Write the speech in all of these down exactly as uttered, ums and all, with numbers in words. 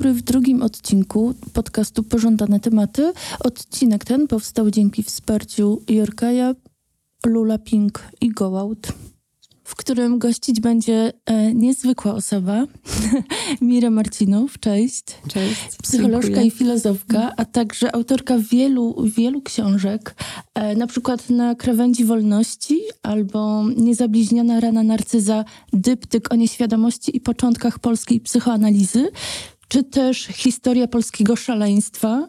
dobry w drugim odcinku podcastu Pożądane Tematy. Odcinek ten powstał dzięki wsparciu Yorkaja, Lula Pink i Go Out, w którym gościć będzie e, niezwykła osoba, Mira Marcinów, cześć. Cześć. Psycholożka Dziękuję. i filozofka, a także autorka wielu, wielu książek, e, na przykład Na krawędzi wolności albo Niezabliźniana rana narcyza, dyptyk o nieświadomości i początkach polskiej psychoanalizy, czy też Historia polskiego szaleństwa.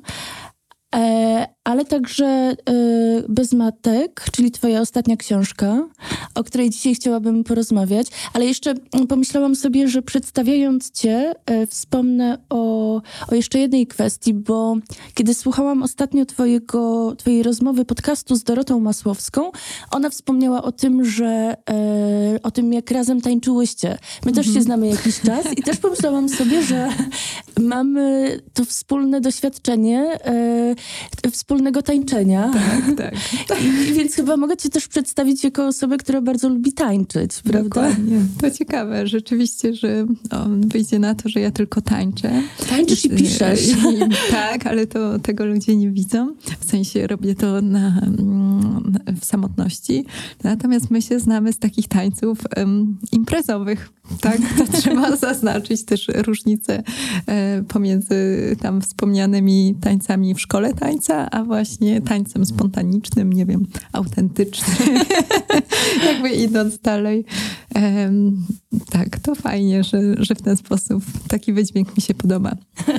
E, ale także e, Bez matek, czyli twoja ostatnia książka, o której dzisiaj chciałabym porozmawiać. Ale jeszcze pomyślałam sobie, że przedstawiając cię, e, wspomnę o, o jeszcze jednej kwestii, bo kiedy słuchałam ostatnio twojego, twojej rozmowy, podcastu z Dorotą Masłowską, ona wspomniała o tym, że e, o tym, jak razem tańczyłyście. My też się znamy jakiś czas i też pomyślałam sobie, że mamy to wspólne doświadczenie e, wspólnego tańczenia. Tak, tak. I, więc chyba mogę cię też przedstawić jako osobę, która bardzo lubi tańczyć, prawda? Dokładnie. To ciekawe. Rzeczywiście, że o, wyjdzie na to, że ja tylko tańczę. Tańczysz i piszesz. I, tak, ale to tego ludzie nie widzą. W sensie robię to na, w samotności. Natomiast my się znamy z takich tańców um, imprezowych. Tak, to trzeba zaznaczyć też różnicę e, pomiędzy tam wspomnianymi tańcami w szkole tańca, a właśnie tańcem spontanicznym, nie wiem, autentycznym. Jakby idąc dalej. E, tak, to fajnie, że, że w ten sposób taki wydźwięk mi się podoba.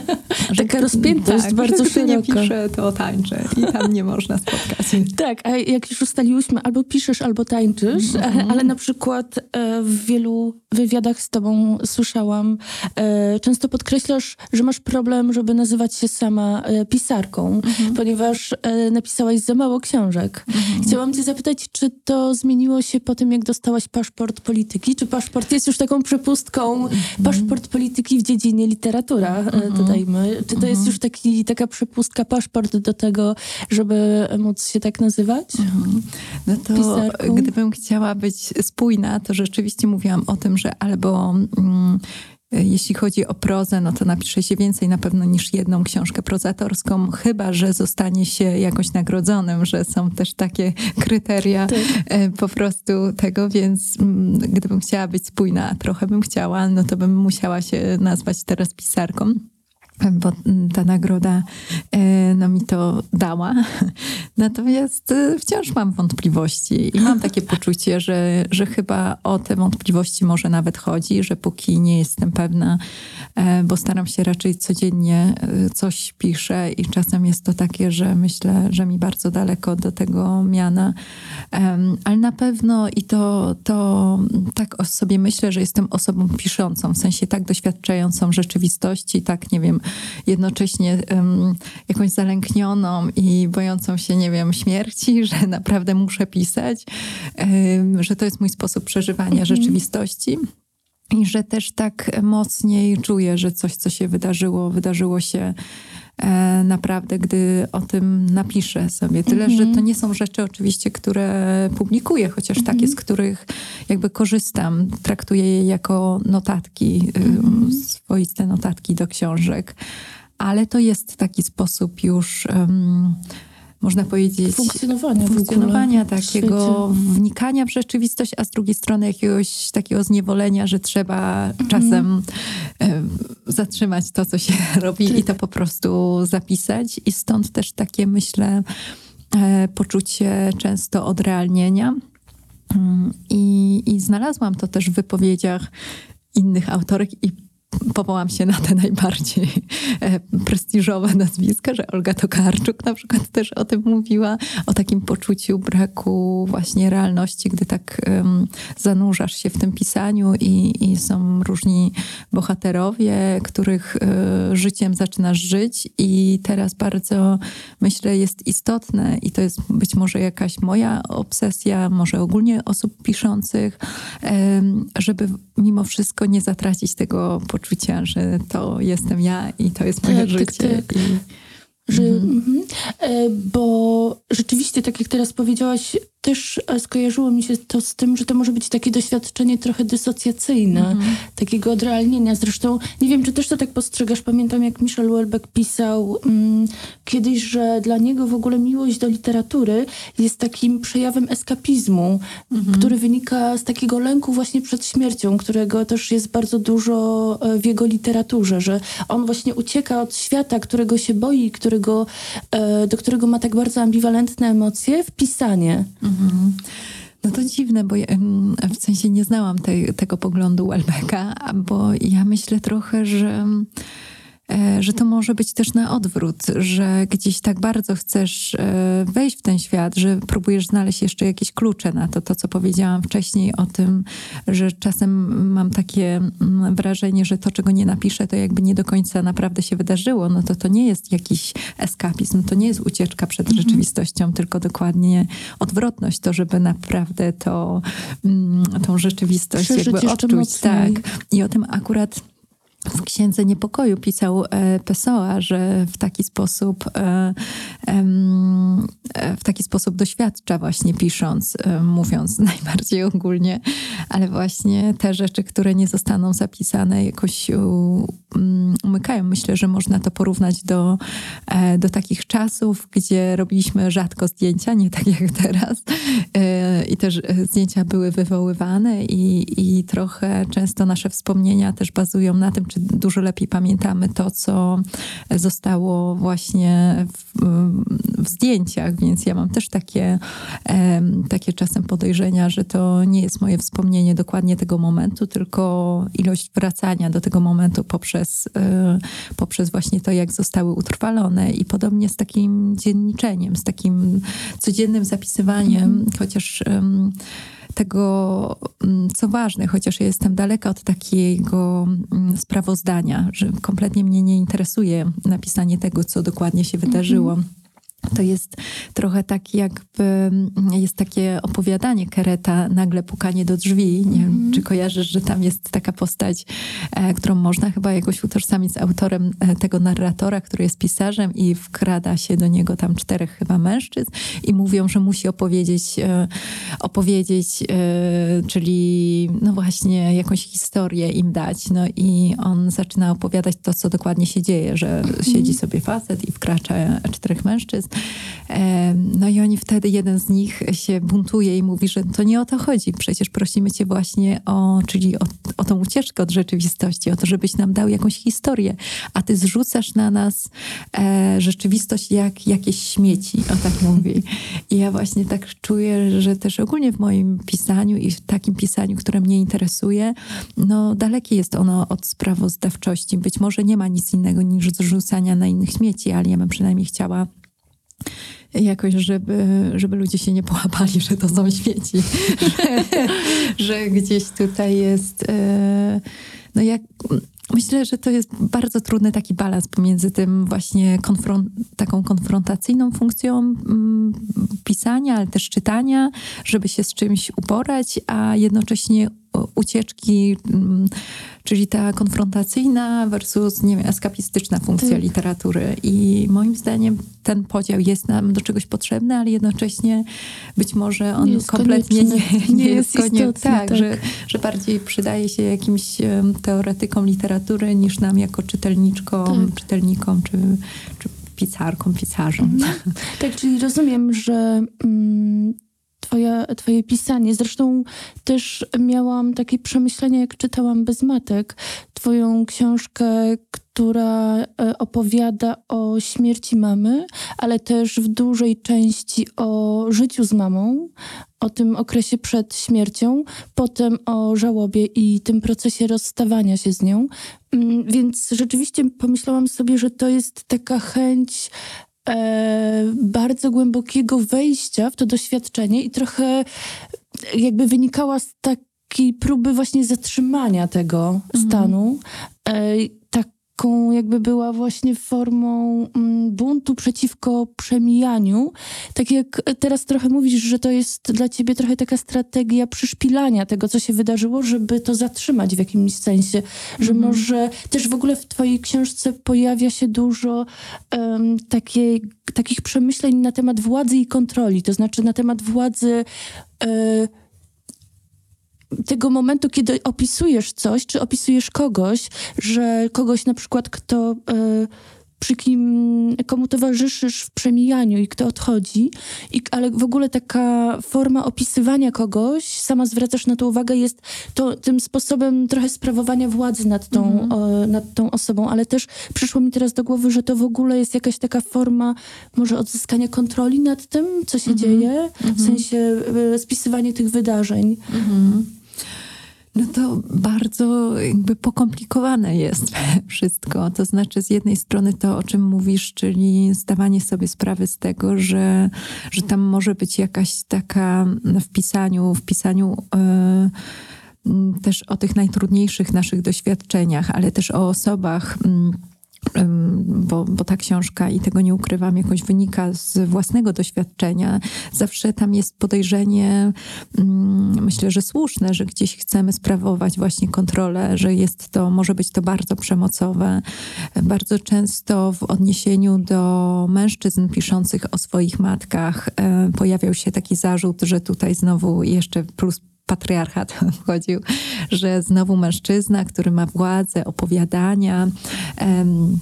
Taka rozpiętość tak, bardzo że szeroka. nie piszę, to tańczę i tam nie można spotkać. Tak, a jak już ustaliłyśmy, albo piszesz, albo tańczysz, mm-hmm. ale na przykład e, w wielu wywiadach z tobą słyszałam, e, często podkreślasz, że masz problem, żeby nazywać się sama e, pisarką, mm-hmm. ponieważ e, napisałaś za mało książek. Mm-hmm. Chciałam cię zapytać, czy to zmieniło się po tym, jak dostałaś paszport polityki? Czy paszport jest już taką przepustką, mm-hmm. paszport polityki w dziedzinie literatura, mm-hmm. dodajmy? Czy to mm-hmm. jest już taki, taka przepustka, paszport do tego, żeby móc się tak nazywać? Mm-hmm. No to pisarką? Gdybym chciała być spójna, to rzeczywiście mówiłam o tym, że albo mm, jeśli chodzi o prozę, no to napisze się więcej na pewno niż jedną książkę prozatorską, chyba że zostanie się jakoś nagrodzonym, że są też takie kryteria tak. po prostu tego, więc mm, gdybym chciała być spójna, a trochę bym chciała, no to bym musiała się nazwać teraz pisarką. Bo ta nagroda no, mi to dała. Natomiast wciąż mam wątpliwości i mam takie poczucie, że, że chyba o te wątpliwości może nawet chodzi, że póki nie jestem pewna, bo staram się raczej codziennie coś piszę i czasem jest to takie, że myślę, że mi bardzo daleko do tego miana. Ale na pewno i to, to tak o sobie myślę, że jestem osobą piszącą, w sensie tak doświadczającą rzeczywistości, tak nie wiem, jednocześnie um, jakąś zalęknioną i bojącą się, nie wiem, śmierci, że naprawdę muszę pisać, um, że to jest mój sposób przeżywania mhm. rzeczywistości i że też tak mocniej czuję, że coś, co się wydarzyło, wydarzyło się e, naprawdę, gdy o tym napiszę sobie. Tyle, mhm. że to nie są rzeczy oczywiście, które publikuję, chociaż mhm. takie, z których jakby korzystam. Traktuję je jako notatki, mhm. swoiste notatki do książek. Ale to jest taki sposób już... Um, można powiedzieć, funkcjonowania, funkcjonowania takiego wnikania w rzeczywistość, a z drugiej strony jakiegoś takiego zniewolenia, że trzeba mhm. czasem e, zatrzymać to, co się robi tak. i to po prostu zapisać. I stąd też takie, myślę, e, poczucie często odrealnienia. I, I znalazłam to też w wypowiedziach innych autorek i powołam się na te najbardziej e, prestiżowe nazwiska, że Olga Tokarczuk na przykład też o tym mówiła, o takim poczuciu braku właśnie realności, gdy tak um, zanurzasz się w tym pisaniu i, i są różni bohaterowie, których e, życiem zaczynasz żyć i teraz bardzo, myślę, jest istotne i to jest być może jakaś moja obsesja, może ogólnie osób piszących, e, żeby mimo wszystko nie zatracić tego poczucia, że to jestem ja i to jest moje tak, życie. Tak, tak. I... Że, mhm. Mhm. Bo rzeczywiście, tak jak teraz powiedziałaś, też skojarzyło mi się to z tym, że to może być takie doświadczenie trochę dysocjacyjne, mm-hmm. takiego odrealnienia. Zresztą nie wiem, czy też to tak postrzegasz. Pamiętam, jak Michel Houellebecq pisał um, kiedyś, że dla niego w ogóle miłość do literatury jest takim przejawem eskapizmu, mm-hmm. który wynika z takiego lęku właśnie przed śmiercią, którego też jest bardzo dużo w jego literaturze, że on właśnie ucieka od świata, którego się boi, którego, do którego ma tak bardzo ambiwalentne emocje, w pisanie. Mhm. No to dziwne, bo ja w sensie nie znałam te, tego poglądu Houellebecqa, bo ja myślę trochę, że że to może być też na odwrót, że gdzieś tak bardzo chcesz wejść w ten świat, że próbujesz znaleźć jeszcze jakieś klucze na to, to co powiedziałam wcześniej o tym, że czasem mam takie wrażenie, że to, czego nie napiszę, to jakby nie do końca naprawdę się wydarzyło, no to to nie jest jakiś eskapizm, to nie jest ucieczka przed mhm. rzeczywistością, tylko dokładnie odwrotność, to żeby naprawdę to, tą rzeczywistość przeżyć jakby odczuć. Tak. I o tym akurat w Księdze Niepokoju pisał e, Pessoa, że w taki sposób e, e, w taki sposób doświadcza właśnie pisząc, e, mówiąc najbardziej ogólnie, ale właśnie te rzeczy, które nie zostaną zapisane, jakoś u, um, umykają. Myślę, że można to porównać do, e, do takich czasów, gdzie robiliśmy rzadko zdjęcia, nie tak jak teraz. E, I też zdjęcia były wywoływane i, i trochę często nasze wspomnienia też bazują na tym, czy dużo lepiej pamiętamy to, co zostało właśnie w, w zdjęciach, więc ja mam też takie, takie czasem podejrzenia, że to nie jest moje wspomnienie dokładnie tego momentu, tylko ilość wracania do tego momentu poprzez, poprzez właśnie to, jak zostały utrwalone i podobnie z takim dzienniczeniem, z takim codziennym zapisywaniem, mm. chociaż tego, co ważne, chociaż ja jestem daleka od takiego sprawozdania, że kompletnie mnie nie interesuje napisanie tego, co dokładnie się wydarzyło. Mm-hmm. To jest trochę tak jakby, jest takie opowiadanie Kereta, nagle pukanie do drzwi. Nie wiem, mm. czy kojarzysz, że tam jest taka postać, e, którą można chyba jakoś utożsamić z autorem e, tego narratora, który jest pisarzem i wkrada się do niego tam czterech chyba mężczyzn i mówią, że musi opowiedzieć, e, opowiedzieć, e, czyli no właśnie jakąś historię im dać. No i on zaczyna opowiadać to, co dokładnie się dzieje, że mm. siedzi sobie facet i wkracza czterech mężczyzn. No i oni wtedy, jeden z nich się buntuje i mówi, że to nie o to chodzi. Przecież prosimy cię właśnie o, czyli o, o tą ucieczkę od rzeczywistości, o to, żebyś nam dał jakąś historię, a ty zrzucasz na nas e, rzeczywistość jak jakieś śmieci, o tak mówi. I ja właśnie tak czuję, że też ogólnie w moim pisaniu i w takim pisaniu, które mnie interesuje, no dalekie jest ono od sprawozdawczości. Być może nie ma nic innego niż zrzucania na innych śmieci, ale ja bym przynajmniej chciała jakoś, żeby, żeby ludzie się nie połapali, że to są śmieci. że, że gdzieś tutaj jest... No jak... Myślę, że to jest bardzo trudny taki balans pomiędzy tym właśnie konfront- taką konfrontacyjną funkcją mm, pisania, ale też czytania, żeby się z czymś uporać, a jednocześnie ucieczki, mm, czyli ta konfrontacyjna versus, nie wiem, eskapistyczna funkcja tak. literatury. I moim zdaniem ten podział jest nam do czegoś potrzebny, ale jednocześnie być może on jest kompletnie nie, nie, nie jest konieczny. Tak, tak. Że, że bardziej przydaje się jakimś um, teoretykom literatury niż nam jako czytelniczkom, tak. czytelnikom czy, czy pisarkom, pisarzom. Mhm. Tak, czyli rozumiem, że mm, Twoja, twoje pisanie. Zresztą też miałam takie przemyślenia, jak czytałam Bez matek, twoją książkę, która opowiada o śmierci mamy, ale też w dużej części o życiu z mamą, o tym okresie przed śmiercią, potem o żałobie i tym procesie rozstawania się z nią. Więc rzeczywiście pomyślałam sobie, że to jest taka chęć E, bardzo głębokiego wejścia w to doświadczenie i trochę jakby wynikała z takiej próby właśnie zatrzymania tego mhm. stanu. E, tak taką jakby była właśnie formą buntu przeciwko przemijaniu. Tak jak teraz trochę mówisz, że to jest dla ciebie trochę taka strategia przyszpilania tego, co się wydarzyło, żeby to zatrzymać w jakimś sensie. Że mm. może też w ogóle w twojej książce pojawia się dużo um, takiej, takich przemyśleń na temat władzy i kontroli. To znaczy na temat władzy y, tego momentu, kiedy opisujesz coś, czy opisujesz kogoś, że kogoś na przykład, kto, y, przy kim, komu towarzyszysz w przemijaniu i kto odchodzi, i, ale w ogóle taka forma opisywania kogoś, sama zwracasz na to uwagę, jest to, tym sposobem trochę sprawowania władzy nad tą, mm. o, nad tą osobą, ale też przyszło mi teraz do głowy, że to w ogóle jest jakaś taka forma może odzyskania kontroli nad tym, co się mm-hmm. dzieje, mm-hmm. w sensie y, spisywanie tych wydarzeń. Mm-hmm. No to bardzo jakby pokomplikowane jest wszystko. To znaczy z jednej strony to, o czym mówisz, czyli zdawanie sobie sprawy z tego, że, że tam może być jakaś taka w pisaniu, w pisaniu yy, też o tych najtrudniejszych naszych doświadczeniach, ale też o osobach, yy, Bo, bo ta książka, i tego nie ukrywam, jakoś wynika z własnego doświadczenia. Zawsze tam jest podejrzenie, myślę, że słuszne, że gdzieś chcemy sprawować właśnie kontrolę, że jest to, może być to bardzo przemocowe. Bardzo często w odniesieniu do mężczyzn piszących o swoich matkach pojawiał się taki zarzut, że tutaj znowu jeszcze plus patriarchat wchodził, że znowu mężczyzna, który ma władzę opowiadania, um,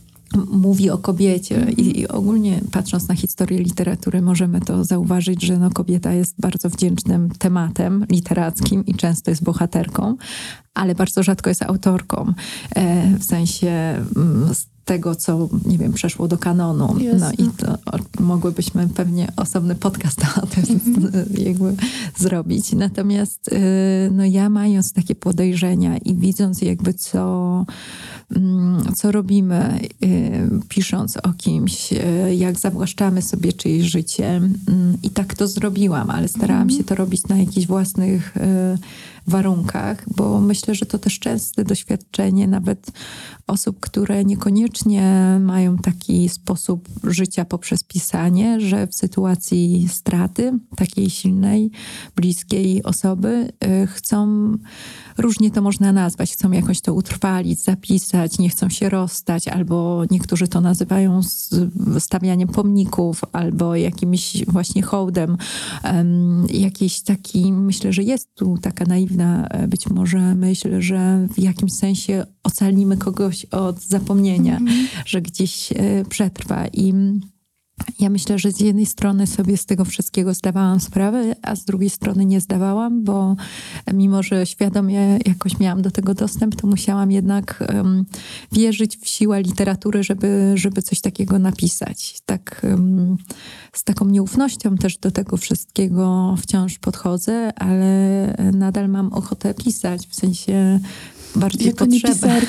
mówi o kobiecie. Mm-hmm. I, I ogólnie patrząc na historię literatury możemy to zauważyć, że no, kobieta jest bardzo wdzięcznym tematem literackim i często jest bohaterką, ale bardzo rzadko jest autorką. E, w sensie m, tego, co, nie wiem, przeszło do kanonu. Jasne. No i to o, mogłybyśmy pewnie osobny podcast o tym mm-hmm. jakby zrobić. Natomiast y, no ja mając takie podejrzenia i widząc jakby co, mm, co robimy, y, pisząc o kimś, y, jak zawłaszczamy sobie czyjeś życie, y, i tak to zrobiłam, ale starałam mm-hmm. się to robić na jakichś własnych y, warunkach, bo myślę, że to też częste doświadczenie nawet osób, które niekoniecznie mają taki sposób życia poprzez pisanie, że w sytuacji straty takiej silnej, bliskiej osoby y, chcą, różnie to można nazwać, chcą jakoś to utrwalić, zapisać, nie chcą się rozstać, albo niektórzy to nazywają stawianiem pomników, albo jakimś właśnie hołdem. Um, jakiś taki, myślę, że jest tu taka naiwna być może myśl, że w jakimś sensie ocalimy kogoś od zapomnienia, mm-hmm. że gdzieś y, przetrwa. I ja myślę, że z jednej strony sobie z tego wszystkiego zdawałam sprawę, a z drugiej strony nie zdawałam, bo mimo, że świadomie jakoś miałam do tego dostęp, to musiałam jednak um, wierzyć w siłę literatury, żeby, żeby coś takiego napisać. Tak, um, z taką nieufnością też do tego wszystkiego wciąż podchodzę, ale nadal mam ochotę pisać, w sensie bardziej jako potrzebę.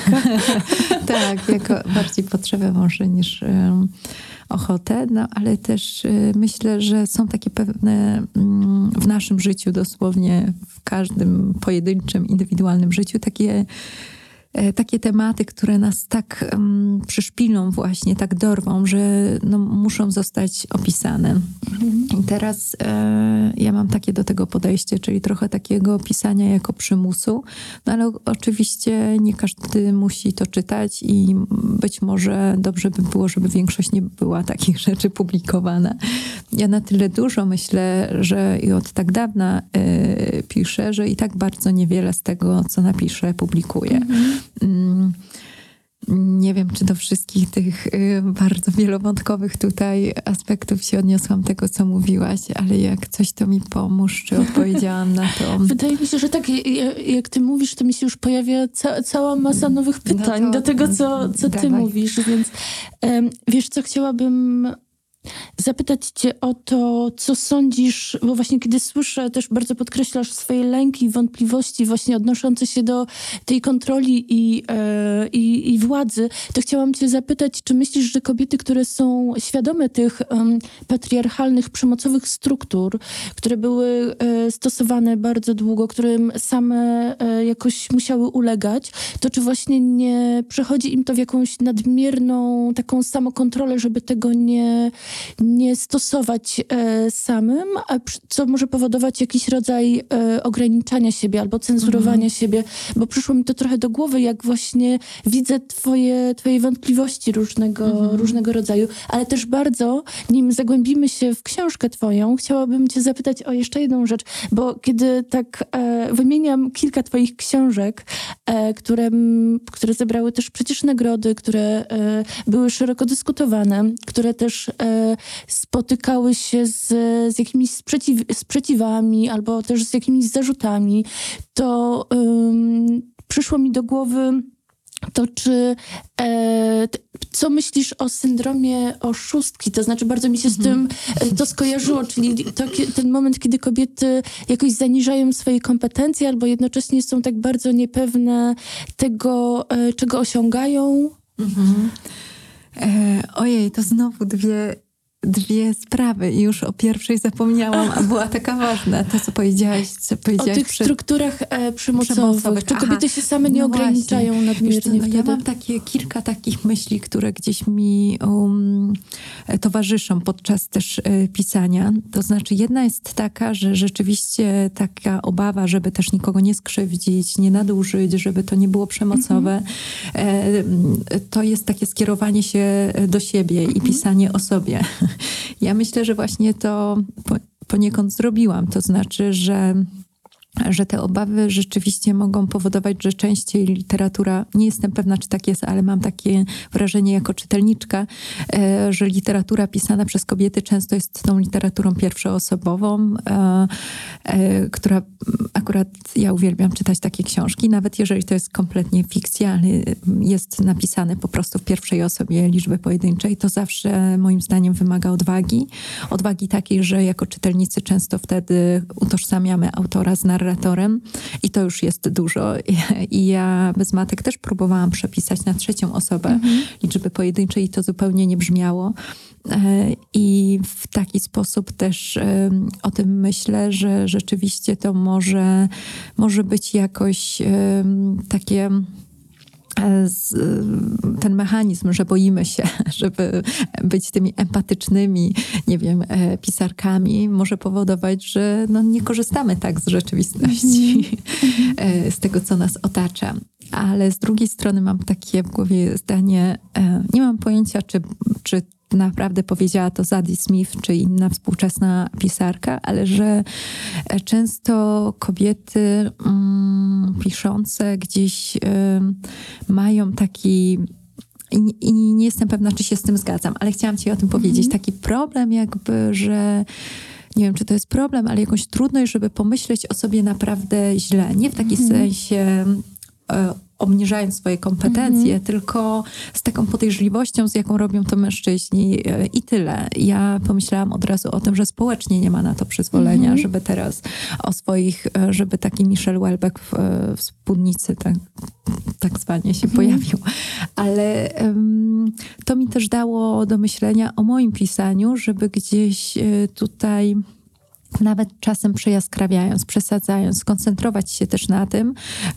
Tak, jako bardziej potrzebę może niż um, ochotę, no ale też y, myślę, że są takie pewne mm, w naszym życiu, dosłownie w każdym pojedynczym, indywidualnym życiu, takie takie tematy, które nas tak um, przyszpilą właśnie, tak dorwą, że no, muszą zostać opisane. Mhm. I teraz e, ja mam takie do tego podejście, czyli trochę takiego pisania jako przymusu, no ale oczywiście nie każdy musi to czytać i być może dobrze by było, żeby większość nie była takich rzeczy publikowana. Ja na tyle dużo myślę, że i od tak dawna e, piszę, że i tak bardzo niewiele z tego, co napiszę, publikuję. Mhm. Nie wiem, czy do wszystkich tych bardzo wielowątkowych tutaj aspektów się odniosłam tego, co mówiłaś, ale jak coś, to mi pomóż, czy odpowiedziałam na to. Wydaje mi się, że tak, jak ty mówisz, to mi się już pojawia ca- cała masa nowych pytań no to, do tego, co, co ty mówisz, więc um, wiesz co, chciałabym... zapytać cię o to, co sądzisz, bo właśnie kiedy słyszę, też bardzo podkreślasz swoje lęki i wątpliwości właśnie odnoszące się do tej kontroli i, e, i, i władzy, to chciałam cię zapytać, czy myślisz, że kobiety, które są świadome tych um, patriarchalnych, przemocowych struktur, które były e, stosowane bardzo długo, którym same e, jakoś musiały ulegać, to czy właśnie nie przechodzi im to w jakąś nadmierną taką samokontrolę, żeby tego nie nie stosować e, samym, a przy, co może powodować jakiś rodzaj e, ograniczania siebie albo cenzurowania mhm. siebie, bo przyszło mi to trochę do głowy, jak właśnie widzę twoje, twoje wątpliwości różnego, mhm. różnego rodzaju, ale też bardzo, nim zagłębimy się w książkę twoją, chciałabym cię zapytać o jeszcze jedną rzecz, bo kiedy tak e, wymieniam kilka twoich książek, e, które, które zebrały też przecież nagrody, które e, były szeroko dyskutowane, które też e, spotykały się z, z jakimiś sprzeciw, sprzeciwami albo też z jakimiś zarzutami, to um, przyszło mi do głowy to, czy e, co myślisz o syndromie oszustki? To znaczy bardzo mi się z tym e, to skojarzyło, czyli to, ten moment, kiedy kobiety jakoś zaniżają swoje kompetencje albo jednocześnie są tak bardzo niepewne tego, e, czego osiągają. Mhm. E, ojej, to znowu dwie Dwie sprawy i już o pierwszej zapomniałam, a była taka ważna. To, co powiedziałaś, co powiedziałaś o tych przed... strukturach e, przymocowych. przymocowych. Czy kobiety Aha. się same nie no ograniczają właśnie. nadmiernie? Co, no ja mam takie kilka takich myśli, które gdzieś mi um, towarzyszą podczas też e, pisania. To znaczy jedna jest taka, że rzeczywiście taka obawa, żeby też nikogo nie skrzywdzić, nie nadużyć, żeby to nie było przemocowe. Mm-hmm. E, to jest takie skierowanie się do siebie mm-hmm. i pisanie o sobie. Ja myślę, że właśnie to poniekąd zrobiłam. To znaczy, że że te obawy rzeczywiście mogą powodować, że częściej literatura, nie jestem pewna, czy tak jest, ale mam takie wrażenie jako czytelniczka, że literatura pisana przez kobiety często jest tą literaturą pierwszoosobową, która akurat ja uwielbiam czytać takie książki, nawet jeżeli to jest kompletnie fikcja, ale jest napisane po prostu w pierwszej osobie liczby pojedynczej, to zawsze moim zdaniem wymaga odwagi. Odwagi takiej, że jako czytelnicy często wtedy utożsamiamy autora z narratorem i to już jest dużo. I ja bez matek też próbowałam przepisać na trzecią osobę mhm. liczby pojedynczej i to zupełnie nie brzmiało. I w taki sposób też o tym myślę, że rzeczywiście to może, może być jakoś takie... ten mechanizm, że boimy się, żeby być tymi empatycznymi, nie wiem, pisarkami, może powodować, że no nie korzystamy tak z rzeczywistości, mm-hmm. z tego, co nas otacza. Ale z drugiej strony mam takie w głowie zdanie, nie mam pojęcia, czy, czy naprawdę powiedziała to Zadie Smith, czy inna współczesna pisarka, ale że często kobiety mm, piszące gdzieś y, mają taki... I, I nie jestem pewna, czy się z tym zgadzam, ale chciałam ci o tym powiedzieć. Mm-hmm. Taki problem jakby, że nie wiem, czy to jest problem, ale jakąś trudność, żeby pomyśleć o sobie naprawdę źle. Nie w takim mm-hmm. sensie... Y, obniżając swoje kompetencje, mm-hmm. tylko z taką podejrzliwością, z jaką robią to mężczyźni i tyle. Ja pomyślałam od razu o tym, że społecznie nie ma na to przyzwolenia, mm-hmm. żeby teraz o swoich, żeby taki Michel Houellebecq w, w spódnicy tak, tak zwanie się mm-hmm. pojawił. Ale um, to mi też dało do myślenia o moim pisaniu, żeby gdzieś tutaj... nawet czasem przejaskrawiając, przesadzając, skoncentrować się też na tym,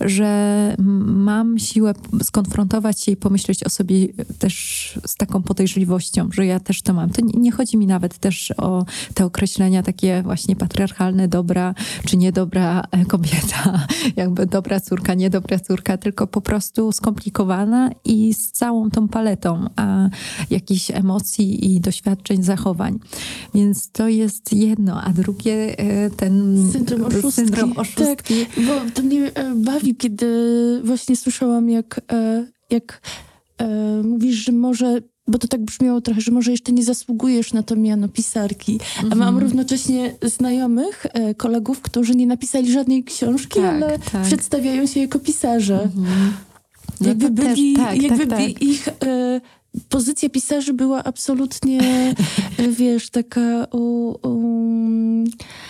że mam siłę skonfrontować się i pomyśleć o sobie też z taką podejrzliwością, że ja też to mam. To nie, nie chodzi mi nawet też o te określenia takie właśnie patriarchalne, dobra czy niedobra kobieta, jakby dobra córka, niedobra córka, tylko po prostu skomplikowana i z całą tą paletą a, jakichś emocji i doświadczeń, zachowań. Więc to jest jedno, a drugie ten syndrom oszustki. Syndrom oszustki. Tak, bo to mnie bawi, kiedy właśnie słyszałam, jak, jak mówisz, że może, bo to tak brzmiało trochę, że może jeszcze nie zasługujesz na to miano pisarki. Mm-hmm. A mam równocześnie znajomych, kolegów, którzy nie napisali żadnej książki, tak, ale tak. przedstawiają się jako pisarze. Mm-hmm. No jakby byli, też, tak, jakby tak, tak. ich... pozycja pisarzy była absolutnie, wiesz, taka u, u,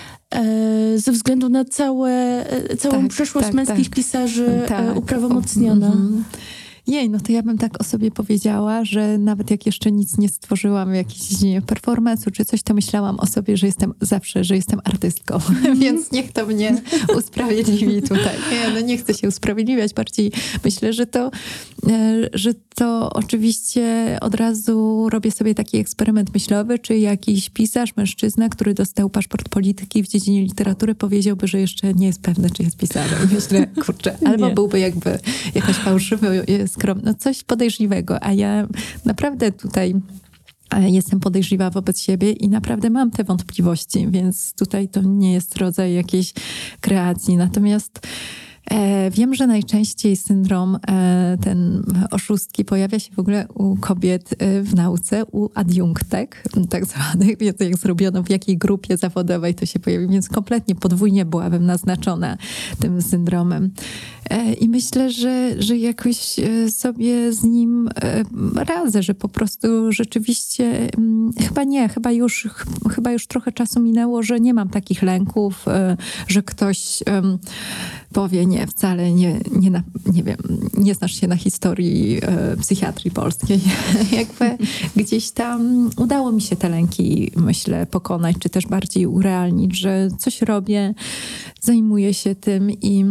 e, ze względu na całe, całą tak, przeszłość tak, męskich tak. pisarzy tak. uprawomocniona. O, mm-hmm. Jej, no to ja bym tak o sobie powiedziała, że nawet jak jeszcze nic nie stworzyłam, jakiś performance'u czy coś, to myślałam o sobie, że jestem zawsze, że jestem artystką. Mm. Więc niech to mnie usprawiedliwi tutaj. Nie, no nie chcę się usprawiedliwiać, bardziej myślę, że to, że to oczywiście od razu robię sobie taki eksperyment myślowy, czy jakiś pisarz, mężczyzna, który dostał paszport polityki w dziedzinie literatury, powiedziałby, że jeszcze nie jest pewny, czy jest pisarzem. Myślę, kurczę, albo nie. byłby jakby jakaś fałszywa, skromna, no coś podejrzliwego, a ja naprawdę tutaj jestem podejrzliwa wobec siebie i naprawdę mam te wątpliwości, więc tutaj to nie jest rodzaj jakiejś kreacji. Natomiast E, wiem, że najczęściej syndrom e, ten oszustki pojawia się w ogóle u kobiet e, w nauce, u adiunktek tak zwanych, więc jak zrobiono w jakiej grupie zawodowej to się pojawi, więc kompletnie podwójnie byłabym naznaczona tym syndromem. E, I myślę, że, że jakoś sobie z nim e, radzę, że po prostu rzeczywiście m, chyba nie, chyba już, ch, chyba już trochę czasu minęło, że nie mam takich lęków, e, że ktoś e, powie, nie, wcale nie, nie, na, nie wiem, nie znasz się na historii e, psychiatrii polskiej. Jakby gdzieś tam udało mi się te lęki, myślę, pokonać, czy też bardziej urealnić, że coś robię, zajmuję się tym i,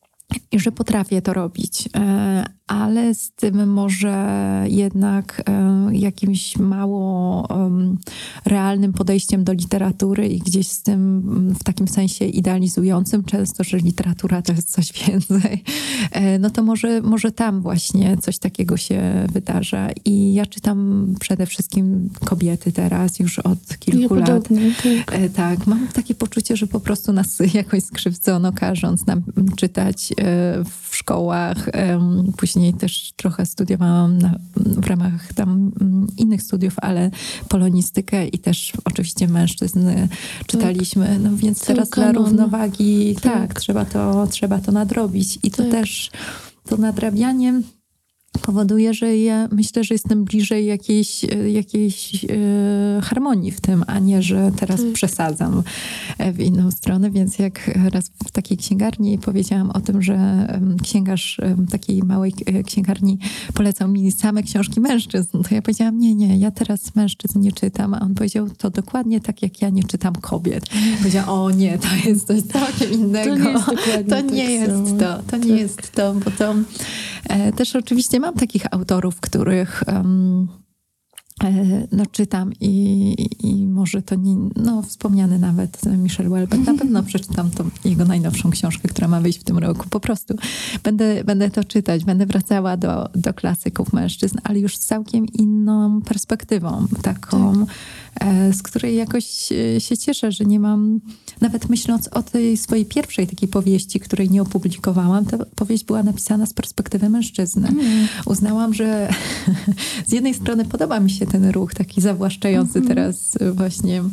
i że potrafię to robić. E, ale z tym może jednak e, jakimś mało um, realnym podejściem do literatury i gdzieś z tym w takim sensie idealizującym często, że literatura to jest coś więcej, e, no to może, może tam właśnie coś takiego się wydarza. I ja czytam przede wszystkim kobiety teraz już od kilku lat. Podobnie, tak. E, tak, mam takie poczucie, że po prostu nas jakoś skrzywdzono, każąc nam czytać e, w szkołach. E, później też trochę studiowałam na, w ramach tam innych studiów, ale polonistykę i też oczywiście mężczyzn czytaliśmy. No więc Cały teraz kanon. dla równowagi tak, tak trzeba, to, trzeba to nadrobić. I to tak. też to nadrabianie powoduje, że ja myślę, że jestem bliżej jakiejś, jakiejś e, harmonii w tym, a nie, że teraz tak. przesadzam w inną stronę. Więc jak raz w takiej księgarni powiedziałam o tym, że księgarz takiej małej księgarni polecał mi same książki mężczyzn, to ja powiedziałam, nie, nie, ja teraz mężczyzn nie czytam. A on powiedział, to dokładnie tak, jak ja nie czytam kobiet. Powiedział, o nie, to jest coś całkiem innego. To nie jest dokładnie To nie tak jest samo. to. To nie tak. jest to, bo to e, też oczywiście mam takich autorów, których um, e, no, czytam i, i może to nie, no wspomniany nawet Michel Houellebecq, na pewno przeczytam tą jego najnowszą książkę, która ma wyjść w tym roku. Po prostu będę, będę to czytać, będę wracała do, do klasyków mężczyzn, ale już z całkiem inną perspektywą, taką, tak. e, z której jakoś się cieszę, że nie mam, nawet myśląc o tej swojej pierwszej takiej powieści, której nie opublikowałam, ta powieść była napisana z perspektywy mężczyzny. Mm. Uznałam, że z jednej strony podoba mi się ten ruch taki zawłaszczający mm-hmm. teraz właśnie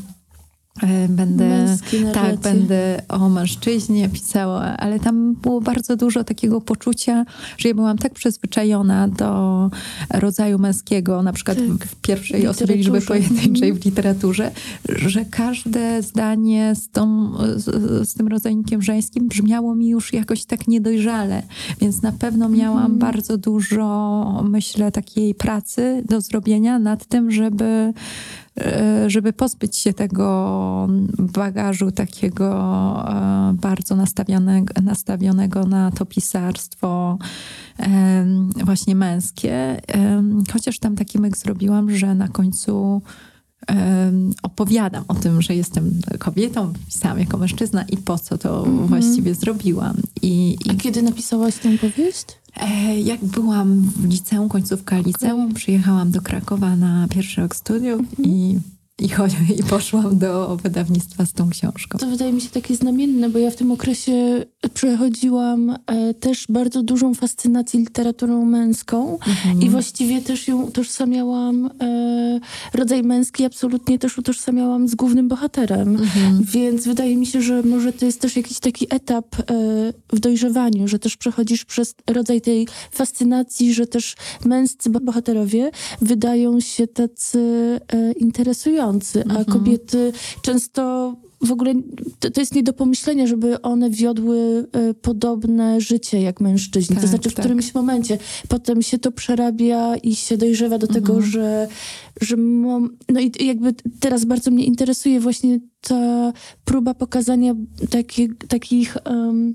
będę, tak, będę o mężczyźnie pisała, ale tam było bardzo dużo takiego poczucia, że ja byłam tak przyzwyczajona do rodzaju męskiego, na przykład tak. w pierwszej osobie liczby pojedynczej w literaturze, że każde zdanie z, tą, z, z tym rodzajnikiem żeńskim brzmiało mi już jakoś tak niedojrzale, więc na pewno miałam mm. bardzo dużo, myślę, takiej pracy do zrobienia nad tym, żeby żeby pozbyć się tego bagażu takiego bardzo nastawionego, nastawionego na to pisarstwo właśnie męskie. Chociaż tam taki myk zrobiłam, że na końcu opowiadam o tym, że jestem kobietą, pisałam jako mężczyzna i po co to mm-hmm. właściwie zrobiłam. I, i... A kiedy napisałaś tę powieść? Jak byłam w liceum, końcówka liceum, okay. przyjechałam do Krakowa na pierwszy rok studiów mm-hmm. i I, chodzi, I poszłam do wydawnictwa z tą książką. To wydaje mi się takie znamienne, bo ja w tym okresie przechodziłam e, też bardzo dużą fascynację literaturą męską mhm. i właściwie też ją utożsamiałam, e, rodzaj męski absolutnie też utożsamiałam z głównym bohaterem. Mhm. Więc wydaje mi się, że może to jest też jakiś taki etap e, w dojrzewaniu, że też przechodzisz przez rodzaj tej fascynacji, że też męscy bohaterowie wydają się tacy e, interesujący. A mhm. kobiety często w ogóle to, to jest nie do pomyślenia, żeby one wiodły y, podobne życie jak mężczyźni. Tak, to znaczy w tak. którymś momencie potem się to przerabia i się dojrzewa do mhm. tego, że, że mam, no i jakby teraz bardzo mnie interesuje właśnie ta próba pokazania takie, takich um,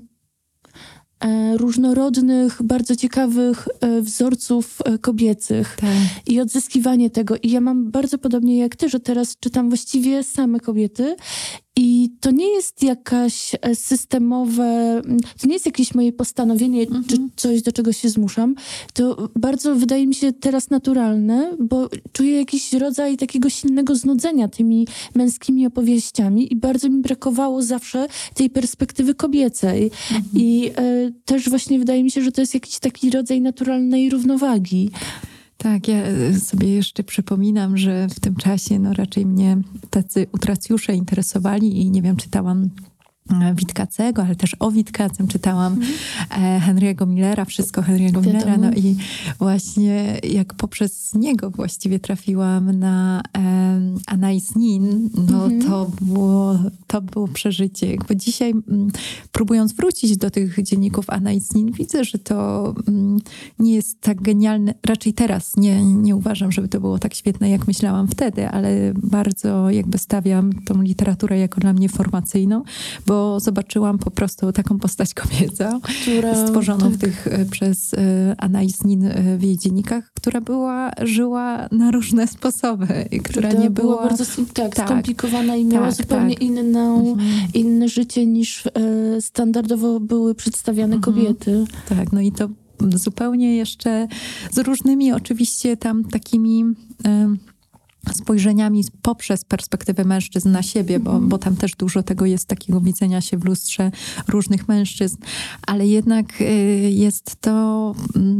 e, różnorodnych, bardzo ciekawych e, wzorców e, kobiecych tak. i odzyskiwanie tego. I ja mam bardzo podobnie jak ty, że teraz czytam właściwie same kobiety. I to nie jest jakaś systemowe, to nie jest jakieś moje postanowienie, mhm. czy coś, do czego się zmuszam. To bardzo wydaje mi się teraz naturalne, bo czuję jakiś rodzaj takiego silnego znudzenia tymi męskimi opowieściami i bardzo mi brakowało zawsze tej perspektywy kobiecej. Mhm. I y, też właśnie wydaje mi się, że to jest jakiś taki rodzaj naturalnej równowagi. Tak, ja sobie jeszcze przypominam, że w tym czasie no raczej mnie tacy utracjusze interesowali i nie wiem, czytałam Witkacego, ale też o Witkacym czytałam mm. Henry'ego Millera, wszystko Henry'ego Millera, no i właśnie jak poprzez niego właściwie trafiłam na um, Anais Nin, no mm-hmm. to było, to było przeżycie. Jakby dzisiaj m, próbując wrócić do tych dzienników Anais Nin, widzę, że to m, nie jest tak genialne, raczej teraz nie, nie uważam, żeby to było tak świetne, jak myślałam wtedy, ale bardzo jakby stawiam tą literaturę jako dla mnie formacyjną, bo bo zobaczyłam po prostu taką postać kobiecą, która, stworzoną tak. w tych, przez Anais Nin w jej dziennikach, która była, żyła na różne sposoby. Która to nie była, była bardzo tak, tak, skomplikowana i miała tak, zupełnie tak. inną, mhm. inne życie niż e, standardowo były przedstawiane mhm. kobiety. Tak, no i to zupełnie jeszcze z różnymi oczywiście tam takimi... E, spojrzeniami poprzez perspektywę mężczyzn na siebie, bo, bo tam też dużo tego jest takiego widzenia się w lustrze różnych mężczyzn, ale jednak jest to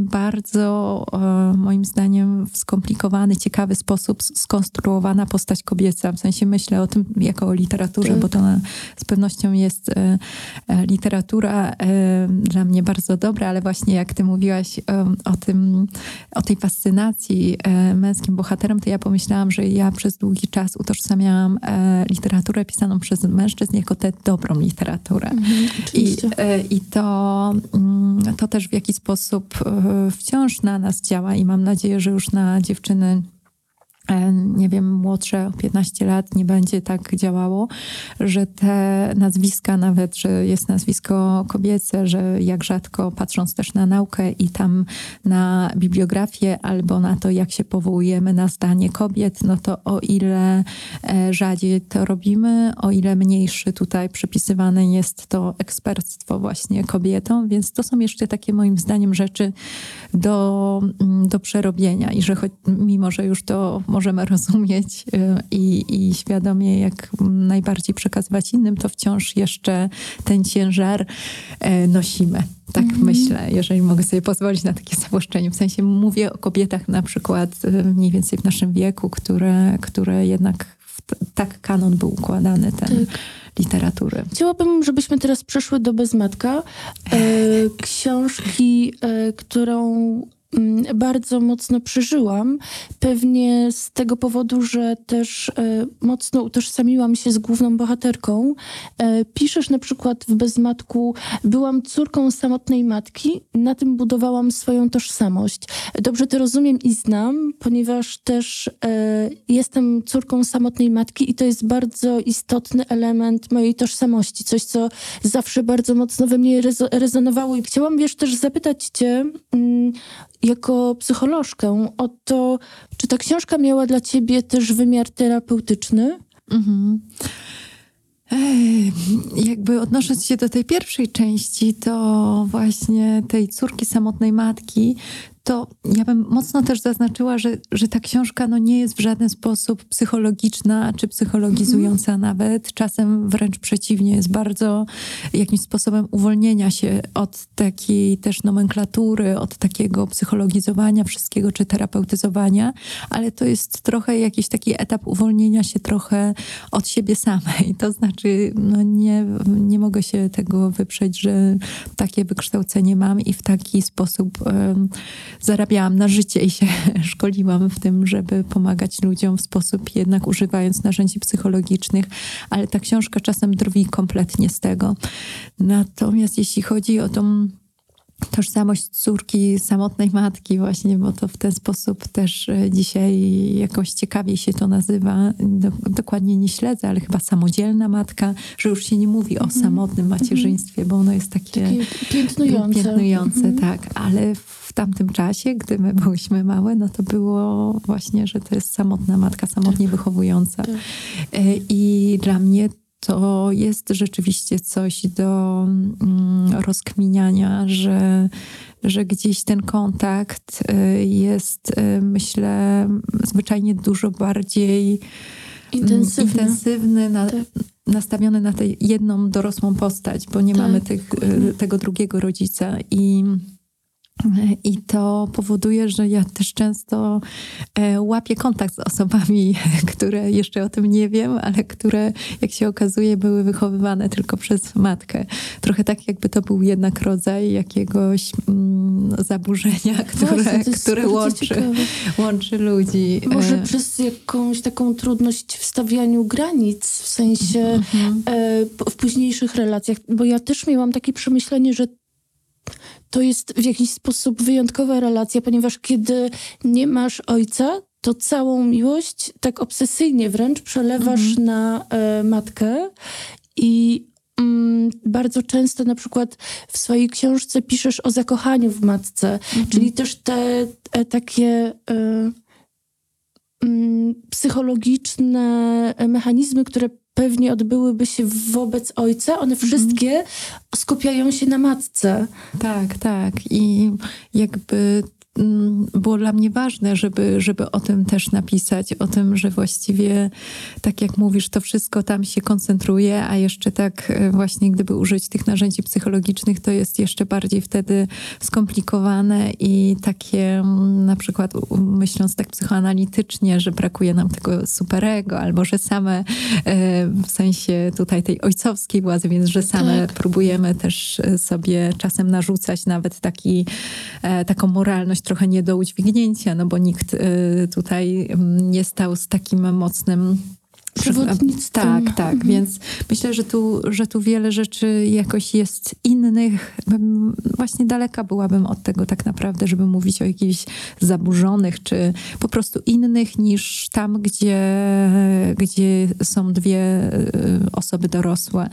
bardzo moim zdaniem w skomplikowany, ciekawy sposób skonstruowana postać kobieca. W sensie myślę o tym jako o literaturze, tak. bo to z pewnością jest literatura dla mnie bardzo dobra, ale właśnie jak ty mówiłaś o tym, o tej fascynacji męskim bohaterem, to ja pomyślałam, że ja przez długi czas utożsamiałam e, literaturę pisaną przez mężczyzn jako tę dobrą literaturę. Mhm, I, e, I to, mm, to też w jakiś sposób e, wciąż na nas działa i mam nadzieję, że już na dziewczyny nie wiem, młodsze o piętnaście lat nie będzie tak działało, że te nazwiska, nawet, że jest nazwisko kobiece, że jak rzadko, patrząc też na naukę i tam na bibliografię albo na to, jak się powołujemy na zdanie kobiet, no to o ile rzadziej to robimy, o ile mniejszy tutaj przypisywane jest to eksperctwo właśnie kobietom, więc to są jeszcze takie moim zdaniem rzeczy do, do przerobienia i że choć, mimo, że już to możemy rozumieć i, i świadomie jak najbardziej przekazywać innym, to wciąż jeszcze ten ciężar nosimy. Tak mm-hmm. myślę, jeżeli mogę sobie pozwolić na takie zawłaszczenie. W sensie mówię o kobietach na przykład mniej więcej w naszym wieku, które, które jednak w, tak kanon był układany ten tak. literatury. Chciałabym, żebyśmy teraz przeszły do Bezmatka. E, książki, e, którą bardzo mocno przeżyłam. Pewnie z tego powodu, że też e, mocno utożsamiłam się z główną bohaterką. E, piszesz na przykład w Bezmatku: byłam córką samotnej matki, na tym budowałam swoją tożsamość. Dobrze to rozumiem i znam, ponieważ też e, jestem córką samotnej matki i to jest bardzo istotny element mojej tożsamości. Coś, co zawsze bardzo mocno we mnie rezo- rezonowało. I chciałam, wiesz, też zapytać cię, mm, jako psycholożkę o to, czy ta książka miała dla ciebie też wymiar terapeutyczny? Mhm. Ej, jakby odnosząc się do tej pierwszej części, to właśnie tej córki samotnej matki, to ja bym mocno też zaznaczyła, że, że ta książka no, nie jest w żaden sposób psychologiczna czy psychologizująca mm. nawet. Czasem wręcz przeciwnie, jest bardzo jakimś sposobem uwolnienia się od takiej też nomenklatury, od takiego psychologizowania wszystkiego czy terapeutyzowania, ale to jest trochę jakiś taki etap uwolnienia się trochę od siebie samej. To znaczy, no nie, nie mogę się tego wyprzeć, że takie wykształcenie mam i w taki sposób um, zarabiałam na życie i się szkoliłam w tym, żeby pomagać ludziom w sposób jednak używając narzędzi psychologicznych, ale ta książka czasem drwi kompletnie z tego. Natomiast jeśli chodzi o tą tożsamość córki samotnej matki właśnie, bo to w ten sposób też dzisiaj jakoś ciekawiej się to nazywa. Dokładnie nie śledzę, ale chyba samodzielna matka, że już się nie mówi o samotnym macierzyństwie, bo ono jest takie, takie piętnujące. piętnujące mhm. tak, ale w tamtym czasie, gdy my byłyśmy małe, no to było właśnie, że to jest samotna matka, samotnie tak. wychowująca. Tak. I dla mnie to jest rzeczywiście coś do mm, rozkminiania, że, że gdzieś ten kontakt y, jest, y, myślę, zwyczajnie dużo bardziej intensywny, intensywny na, tak. nastawiony na tę jedną dorosłą postać, bo nie tak. mamy tych, y, tego drugiego rodzica. I I to powoduje, że ja też często e, łapię kontakt z osobami, które jeszcze o tym nie wiem, ale które, jak się okazuje, były wychowywane tylko przez matkę. Trochę tak, jakby to był jednak rodzaj jakiegoś mm, zaburzenia, które, Właśnie, które łączy, łączy ludzi. Może e... przez jakąś taką trudność w stawianiu granic, w sensie mhm. e, w późniejszych relacjach, bo ja też miałam takie przemyślenie, że to jest w jakiś sposób wyjątkowa relacja, ponieważ kiedy nie masz ojca, to całą miłość tak obsesyjnie wręcz przelewasz mhm. na e, matkę i mm, bardzo często na przykład w swojej książce piszesz o zakochaniu w matce, mhm. czyli też te e, takie e, mm, psychologiczne mechanizmy, które pewnie odbyłyby się wobec ojca, one wszystkie mhm. skupiają się na matce. Tak, tak. I jakby było dla mnie ważne, żeby, żeby o tym też napisać, o tym, że właściwie, tak jak mówisz, to wszystko tam się koncentruje, a jeszcze tak właśnie, gdyby użyć tych narzędzi psychologicznych, to jest jeszcze bardziej wtedy skomplikowane i takie, na przykład myśląc tak psychoanalitycznie, że brakuje nam tego superego, albo że same w sensie tutaj tej ojcowskiej władzy, więc że same tak. próbujemy też sobie czasem narzucać nawet taki, taką moralność trochę nie do udźwignięcia, no bo nikt y, tutaj nie stał z takim mocnym przewodnictwem. Tak, tak, mhm. więc myślę, że tu, że tu wiele rzeczy jakoś jest innych. Właśnie daleka byłabym od tego tak naprawdę, żeby mówić o jakichś zaburzonych, czy po prostu innych niż tam, gdzie, gdzie są dwie osoby dorosłe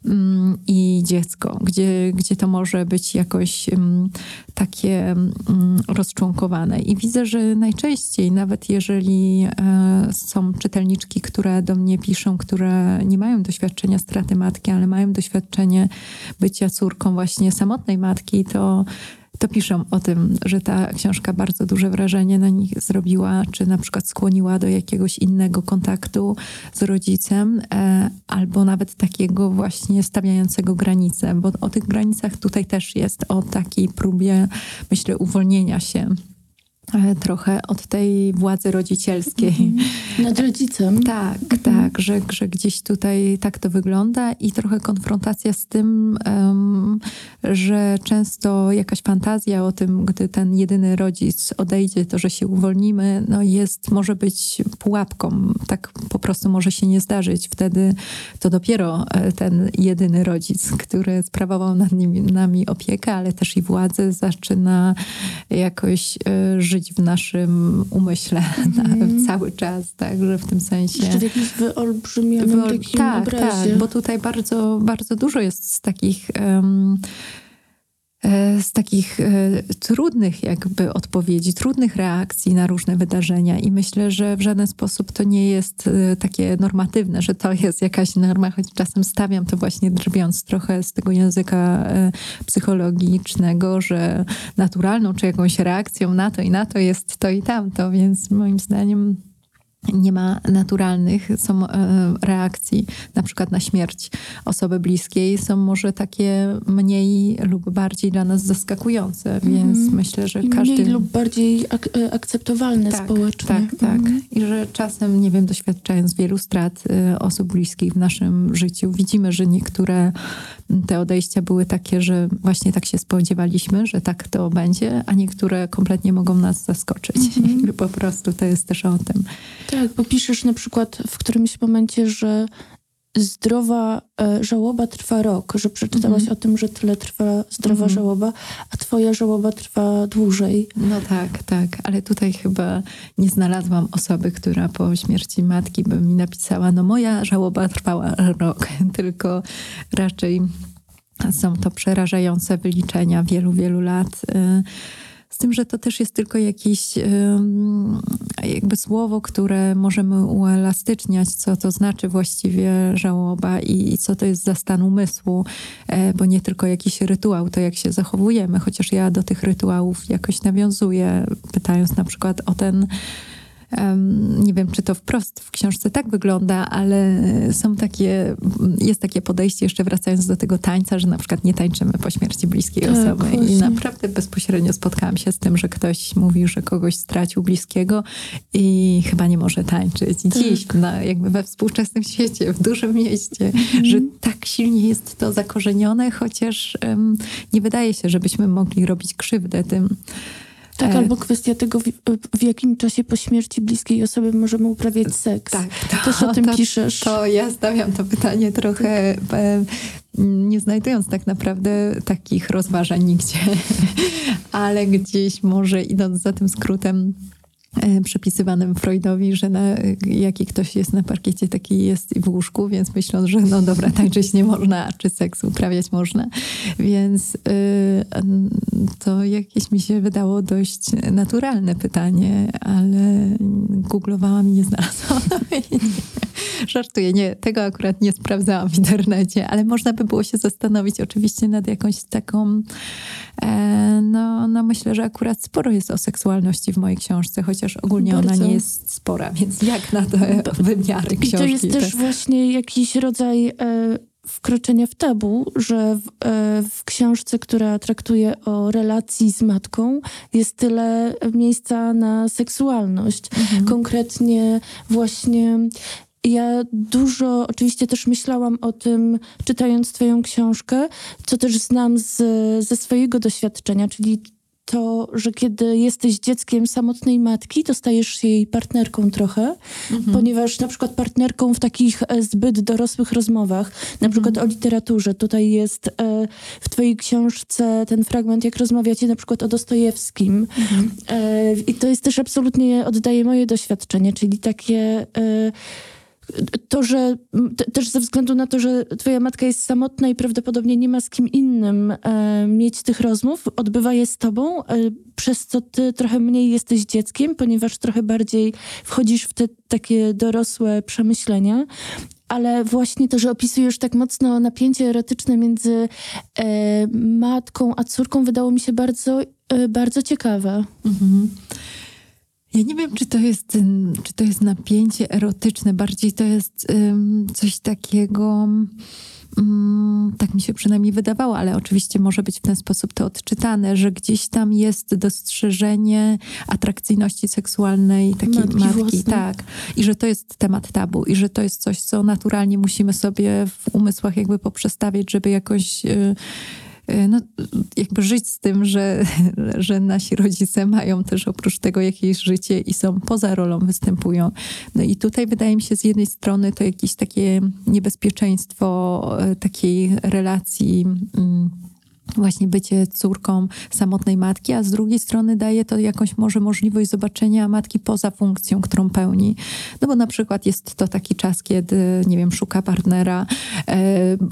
i dziecko, gdzie, gdzie to może być jakoś takie rozczłonkowane. I widzę, że najczęściej, nawet jeżeli są czytelniczki, które do mnie piszą, które nie mają doświadczenia straty matki, ale mają doświadczenie bycia córką właśnie samotnej matki, to, to piszą o tym, że ta książka bardzo duże wrażenie na nich zrobiła, czy na przykład skłoniła do jakiegoś innego kontaktu z rodzicem, e, albo nawet takiego właśnie stawiającego granice, bo o tych granicach tutaj też jest, o takiej próbie, myślę, uwolnienia się trochę od tej władzy rodzicielskiej. Mm-hmm. Nad rodzicem. Tak, mm-hmm. tak, że, że gdzieś tutaj tak to wygląda i trochę konfrontacja z tym, um, że często jakaś fantazja o tym, gdy ten jedyny rodzic odejdzie, to, że się uwolnimy, no jest, może być pułapką. Tak po prostu może się nie zdarzyć. Wtedy to dopiero ten jedyny rodzic, który sprawował nad nimi, nami opiekę, ale też i władzę, zaczyna jakoś y, żyć w naszym umyśle mm. cały czas, także w tym sensie. Jeszcze w jakimś wyolbrzymionym Wyol... takim tak, obrazie. Tak, bo tutaj bardzo, bardzo dużo jest z takich um, z takich e, trudnych jakby odpowiedzi, trudnych reakcji na różne wydarzenia i myślę, że w żaden sposób to nie jest e, takie normatywne, że to jest jakaś norma, choć czasem stawiam to właśnie drwiąc trochę z tego języka e, psychologicznego, że naturalną czy jakąś reakcją na to i na to jest to i tamto, więc moim zdaniem nie ma naturalnych są reakcji, na przykład na śmierć osoby bliskiej, są może takie mniej lub bardziej dla nas zaskakujące, mm-hmm. więc myślę, że I każdy... Mniej lub bardziej ak- akceptowalne tak, społecznie. Tak, tak. Mm-hmm. I że czasem, nie wiem, doświadczając wielu strat osób bliskich w naszym życiu, widzimy, że niektóre te odejścia były takie, że właśnie tak się spodziewaliśmy, że tak to będzie, a niektóre kompletnie mogą nas zaskoczyć. Mm-hmm. Po prostu to jest też o tym. Tak, bo piszesz na przykład w którymś momencie, że zdrowa e, żałoba trwa rok, że przeczytałaś mm-hmm. o tym, że tyle trwa zdrowa mm-hmm. żałoba, a twoja żałoba trwa dłużej. No tak, tak, ale tutaj chyba nie znalazłam osoby, która po śmierci matki by mi napisała, no moja żałoba trwała rok, tylko raczej są to przerażające wyliczenia wielu, wielu lat. Z tym, że to też jest tylko jakieś jakby słowo, które możemy uelastyczniać, co to znaczy właściwie żałoba i co to jest za stan umysłu, bo nie tylko jakiś rytuał, to jak się zachowujemy, chociaż ja do tych rytuałów jakoś nawiązuję, pytając na przykład o ten Um, nie wiem, czy to wprost w książce tak wygląda, ale są takie, jest takie podejście, jeszcze wracając do tego tańca, że na przykład nie tańczymy po śmierci bliskiej tak, osoby. Właśnie. I naprawdę bezpośrednio spotkałam się z tym, że ktoś mówi, że kogoś stracił bliskiego i chyba nie może tańczyć. I tak. Dziś, na, jakby we współczesnym świecie, w dużym mieście, mm. że tak silnie jest to zakorzenione, chociaż um, nie wydaje się, żebyśmy mogli robić krzywdę tym. Tak, albo kwestia tego, w, w jakim czasie po śmierci bliskiej osoby możemy uprawiać seks. Tak, to, też o tym to, piszesz. To ja stawiam to pytanie trochę, e, nie znajdując tak naprawdę takich rozważań nigdzie, ale gdzieś może idąc za tym skrótem przypisywanym Freudowi, że na, jaki ktoś jest na parkiecie, taki jest i w łóżku, więc myśląc, że no dobra, tańczyć nie można, czy seks uprawiać można. Więc y, to jakieś mi się wydało dość naturalne pytanie, ale googlowałam i nie znalazłam. Żartuję, nie, tego akurat nie sprawdzałam w internecie, ale można by było się zastanowić oczywiście nad jakąś taką, e, no, no myślę, że akurat sporo jest o seksualności w mojej książce, chociaż ogólnie Bardzo. Ona nie jest spora, więc jak na te wymiary książki. I to jest też te... właśnie jakiś rodzaj e, wkroczenia w tabu, że w, e, w książce, która traktuje o relacji z matką, jest tyle miejsca na seksualność. Mhm. Konkretnie właśnie ja dużo oczywiście też myślałam o tym, czytając twoją książkę, co też znam z, ze swojego doświadczenia, czyli to, że kiedy jesteś dzieckiem samotnej matki, to stajesz się jej partnerką trochę, mhm. ponieważ na przykład partnerką w takich zbyt dorosłych rozmowach, na mhm. przykład o literaturze. Tutaj jest e, w twojej książce ten fragment, jak rozmawiacie na przykład o Dostojewskim. Mhm. E, I to jest też absolutnie, oddaje moje doświadczenie, czyli takie... E, To, że też ze względu na to, że twoja matka jest samotna i prawdopodobnie nie ma z kim innym e, mieć tych rozmów, odbywa je z tobą, e, przez co ty trochę mniej jesteś dzieckiem, ponieważ trochę bardziej wchodzisz w te takie dorosłe przemyślenia. Ale właśnie to, że opisujesz tak mocno napięcie erotyczne między e, matką a córką, wydało mi się bardzo, e, bardzo ciekawe. Mhm. Ja nie wiem, czy to jest, czy to jest napięcie erotyczne. Bardziej to jest um, coś takiego, um, tak mi się przynajmniej wydawało, ale oczywiście może być w ten sposób to odczytane, że gdzieś tam jest dostrzeżenie atrakcyjności seksualnej takiej matki. matki tak. I że to jest temat tabu. I że to jest coś, co naturalnie musimy sobie w umysłach jakby poprzestawiać, żeby jakoś... Yy, no, jakby żyć z tym, że, że nasi rodzice mają też oprócz tego jakieś życie i są poza rolą, występują. No i tutaj wydaje mi się z jednej strony to jakieś takie niebezpieczeństwo takiej relacji, właśnie bycie córką samotnej matki, a z drugiej strony daje to jakąś może możliwość zobaczenia matki poza funkcją, którą pełni. No bo na przykład jest to taki czas, kiedy, nie wiem, szuka partnera,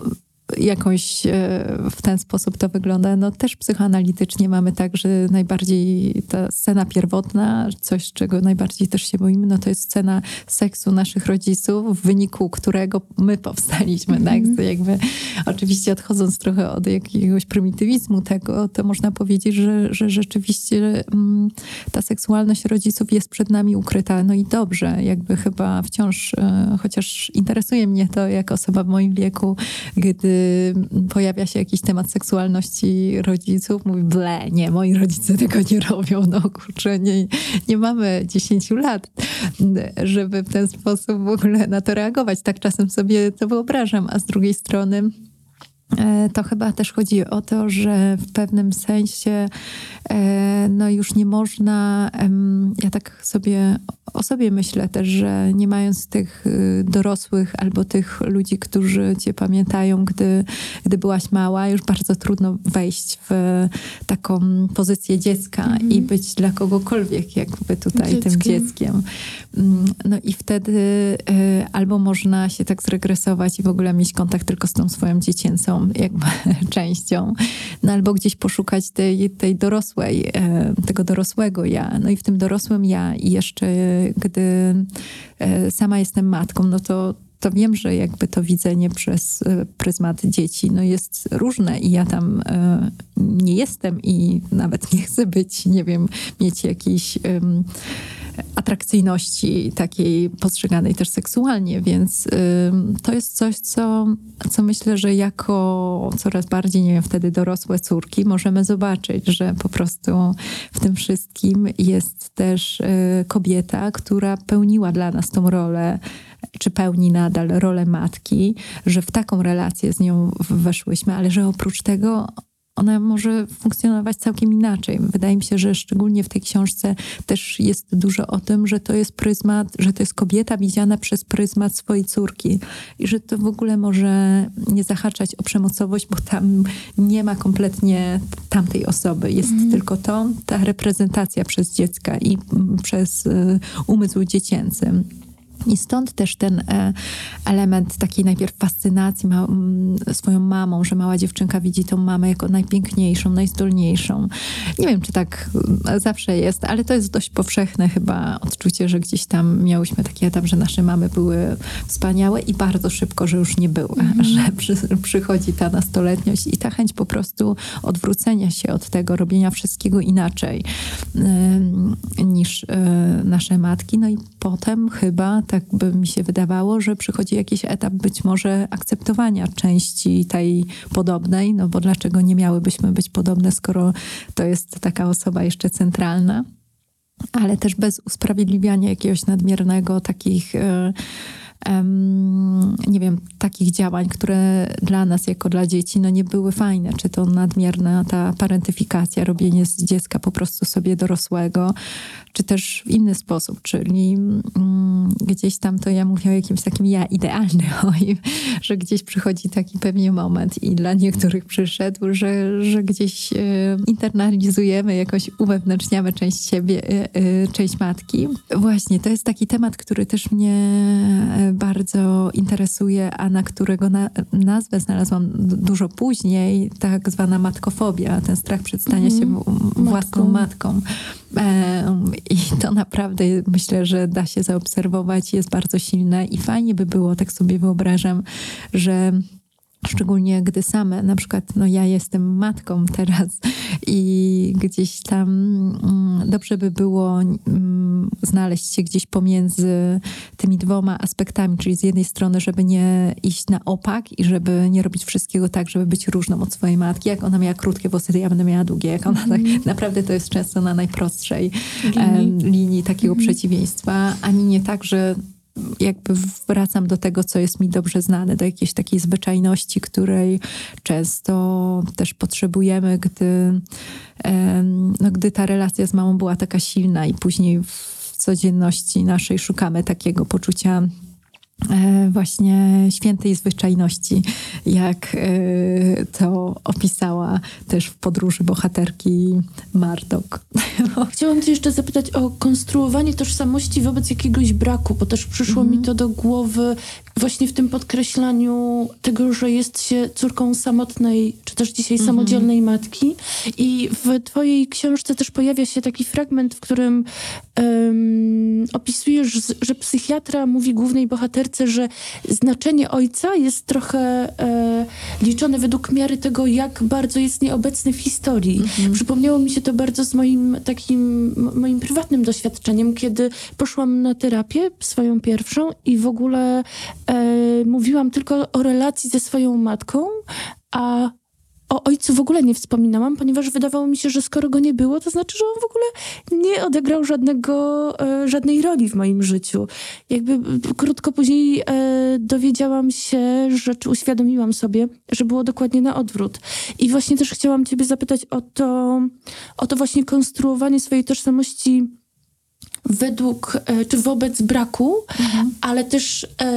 jakoś w ten sposób to wygląda. No też psychoanalitycznie mamy tak, że najbardziej ta scena pierwotna, coś czego najbardziej też się boimy, no to jest scena seksu naszych rodziców, w wyniku którego my powstaliśmy. Mm-hmm. Tak? To jakby, oczywiście odchodząc trochę od jakiegoś prymitywizmu tego, to można powiedzieć, że, że rzeczywiście mm, ta seksualność rodziców jest przed nami ukryta. No i dobrze, jakby chyba wciąż, e, chociaż interesuje mnie to jako osoba w moim wieku, gdy pojawia się jakiś temat seksualności rodziców, mówi ble, nie, moi rodzice tego nie robią, no kurczę, nie, nie mamy dziesięciu lat, żeby w ten sposób w ogóle na to reagować. Tak czasem sobie to wyobrażam, a z drugiej strony to chyba też chodzi o to, że w pewnym sensie no już nie można, ja tak sobie o sobie myślę też, że nie mając tych dorosłych albo tych ludzi, którzy cię pamiętają, gdy, gdy byłaś mała, już bardzo trudno wejść w taką pozycję dziecka mm-hmm. i być dla kogokolwiek jakby tutaj dzieckiem. Tym dzieckiem. No i wtedy albo można się tak zregresować i w ogóle mieć kontakt tylko z tą swoją dziecięcą jakby częścią, no albo gdzieś poszukać tej, tej dorosłej, tego dorosłego ja. No i w tym dorosłym ja i jeszcze gdy sama jestem matką, no to, to wiem, że jakby to widzenie przez pryzmat dzieci no jest różne i ja tam nie jestem i nawet nie chcę być, nie wiem, mieć jakiejś atrakcyjności takiej postrzeganej też seksualnie, więc y, to jest coś, co, co myślę, że jako coraz bardziej, nie wiem, wtedy dorosłe córki możemy zobaczyć, że po prostu w tym wszystkim jest też y, kobieta, która pełniła dla nas tą rolę, czy pełni nadal rolę matki, że w taką relację z nią weszłyśmy, ale że oprócz tego ona może funkcjonować całkiem inaczej. Wydaje mi się, że szczególnie w tej książce też jest dużo o tym, że to jest pryzmat, że to jest kobieta widziana przez pryzmat swojej córki i że to w ogóle może nie zahaczać o przemocowość, bo tam nie ma kompletnie tamtej osoby. Jest mm. tylko to, ta reprezentacja przez dziecka i przez y, umysł dziecięcy. I stąd też ten element takiej najpierw fascynacji ma, swoją mamą, że mała dziewczynka widzi tą mamę jako najpiękniejszą, najzdolniejszą. Nie wiem, czy tak zawsze jest, ale to jest dość powszechne chyba odczucie, że gdzieś tam miałyśmy taki etap, że nasze mamy były wspaniałe i bardzo szybko, że już nie były, mm. że przy, przychodzi ta nastoletniość i ta chęć po prostu odwrócenia się od tego, robienia wszystkiego inaczej y, niż y, nasze matki. No i potem chyba tak by mi się wydawało, że przychodzi jakiś etap być może akceptowania części tej podobnej, no bo dlaczego nie miałybyśmy być podobne, skoro to jest taka osoba jeszcze centralna, ale też bez usprawiedliwiania jakiegoś nadmiernego takich Um, nie wiem, takich działań, które dla nas jako dla dzieci no nie były fajne. Czy to nadmierna ta parentyfikacja, robienie z dziecka po prostu sobie dorosłego, czy też w inny sposób, czyli um, gdzieś tam to ja mówię o jakimś takim ja idealnym, że gdzieś przychodzi taki pewnie moment i dla niektórych przyszedł, że, że gdzieś e, internalizujemy, jakoś uwewnętrzniamy część siebie, e, e, część matki. Właśnie, to jest taki temat, który też mnie bardzo interesuje, a na którego na, nazwę znalazłam dużo później, tak zwana matkofobia, ten strach przed stania mm, się w, własną matką. E, I to naprawdę myślę, że da się zaobserwować, jest bardzo silne i fajnie by było, tak sobie wyobrażam, że szczególnie gdy same, na przykład no ja jestem matką teraz i gdzieś tam mm, dobrze by było mm, znaleźć się gdzieś pomiędzy tymi dwoma aspektami, czyli z jednej strony, żeby nie iść na opak i żeby nie robić wszystkiego tak, żeby być różną od swojej matki. Jak ona miała krótkie włosy, to ja będę miała długie. Jak ona mm. tak, naprawdę to jest często na najprostszej linii, e, linii takiego mm. przeciwieństwa, ani nie tak, że jakby wracam do tego, co jest mi dobrze znane, do jakiejś takiej zwyczajności, której często też potrzebujemy, gdy, no, gdy ta relacja z mamą była taka silna i później w codzienności naszej szukamy takiego poczucia właśnie świętej zwyczajności, jak to opisała też w podróży bohaterki Marduk. Chciałam cię jeszcze zapytać o konstruowanie tożsamości wobec jakiegoś braku, bo też przyszło mm. mi to do głowy właśnie w tym podkreślaniu tego, że jest się córką samotnej, czy też dzisiaj mm-hmm. samodzielnej matki. I w twojej książce też pojawia się taki fragment, w którym um, opisujesz, że psychiatra mówi głównej bohaterce, że znaczenie ojca jest trochę e, liczone według miary tego, jak bardzo jest nieobecny w historii. Mm-hmm. Przypomniało mi się to bardzo z moim takim, moim prywatnym doświadczeniem, kiedy poszłam na terapię, swoją pierwszą i w ogóle e, mówiłam tylko o relacji ze swoją matką, a o ojcu w ogóle nie wspominałam, ponieważ wydawało mi się, że skoro go nie było, to znaczy, że on w ogóle nie odegrał żadnego, e, żadnej roli w moim życiu. Jakby krótko później e, dowiedziałam się, że, czy uświadomiłam sobie, że było dokładnie na odwrót. I właśnie też chciałam ciebie zapytać o to, o to właśnie konstruowanie swojej tożsamości według, czy wobec braku, mhm. ale też e,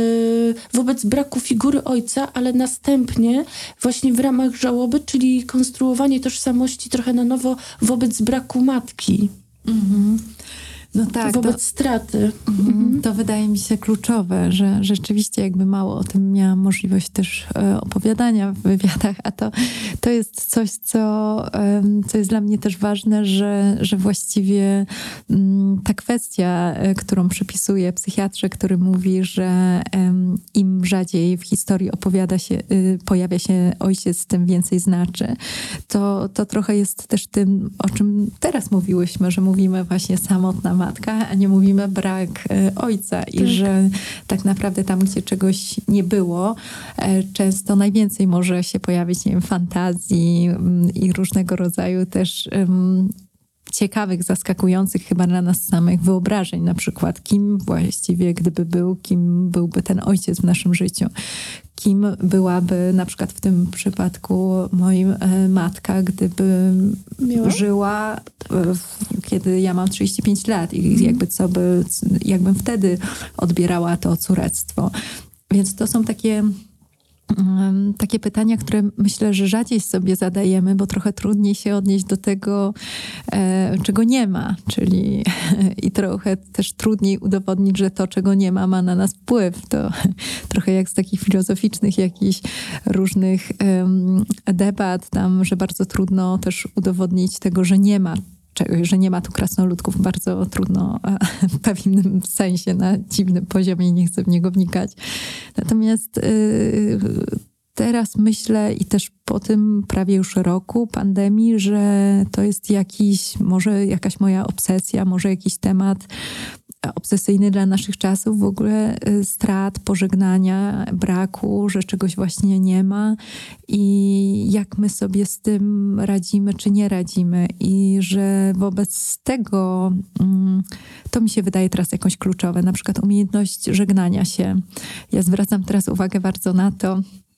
wobec braku figury ojca, ale następnie właśnie w ramach żałoby, czyli konstruowanie tożsamości trochę na nowo wobec braku matki. Mhm. No tak, wobec to, straty. Mhm. To wydaje mi się kluczowe, że rzeczywiście jakby mało o tym miałam możliwość też e, opowiadania w wywiadach, a to, to jest coś, co, e, co jest dla mnie też ważne, że, że właściwie m, ta kwestia, e, którą przypisuje psychiatrze, który mówi, że e, im rzadziej w historii opowiada się, e, pojawia się ojciec, tym więcej znaczy, to, to trochę jest też tym, o czym teraz mówiłyśmy, że mówimy właśnie samotna matka, a nie mówimy brak e, ojca i tak. że tak naprawdę tam, gdzie czegoś nie było, e, często najwięcej może się pojawić, nie wiem, fantazji m, i różnego rodzaju też m, ciekawych, zaskakujących chyba dla nas samych wyobrażeń, na przykład kim właściwie gdyby był, kim byłby ten ojciec w naszym życiu. Kim byłaby na przykład w tym przypadku moim e, matka, gdyby Miło? żyła, e, kiedy ja mam trzydzieści pięć lat i jakby co by, jakbym wtedy odbierała to córectwo. Więc to są takie takie pytania, które myślę, że rzadziej sobie zadajemy, bo trochę trudniej się odnieść do tego, e, czego nie ma, czyli i trochę też trudniej udowodnić, że to, czego nie ma, ma na nas wpływ. To trochę jak z takich filozoficznych jakichś różnych um, debat tam, że bardzo trudno też udowodnić tego, że nie ma czegoś, że nie ma tu krasnoludków, bardzo trudno w pewnym sensie, na dziwnym poziomie, nie chcę w niego wnikać. Natomiast yy, teraz myślę i też po tym prawie już roku pandemii, że to jest jakiś, może jakaś moja obsesja, może jakiś temat obsesyjny dla naszych czasów, w ogóle strat, pożegnania, braku, że czegoś właśnie nie ma i jak my sobie z tym radzimy, czy nie radzimy i że wobec tego to mi się wydaje teraz jakoś kluczowe, na przykład umiejętność żegnania się. Ja zwracam teraz uwagę bardzo na to,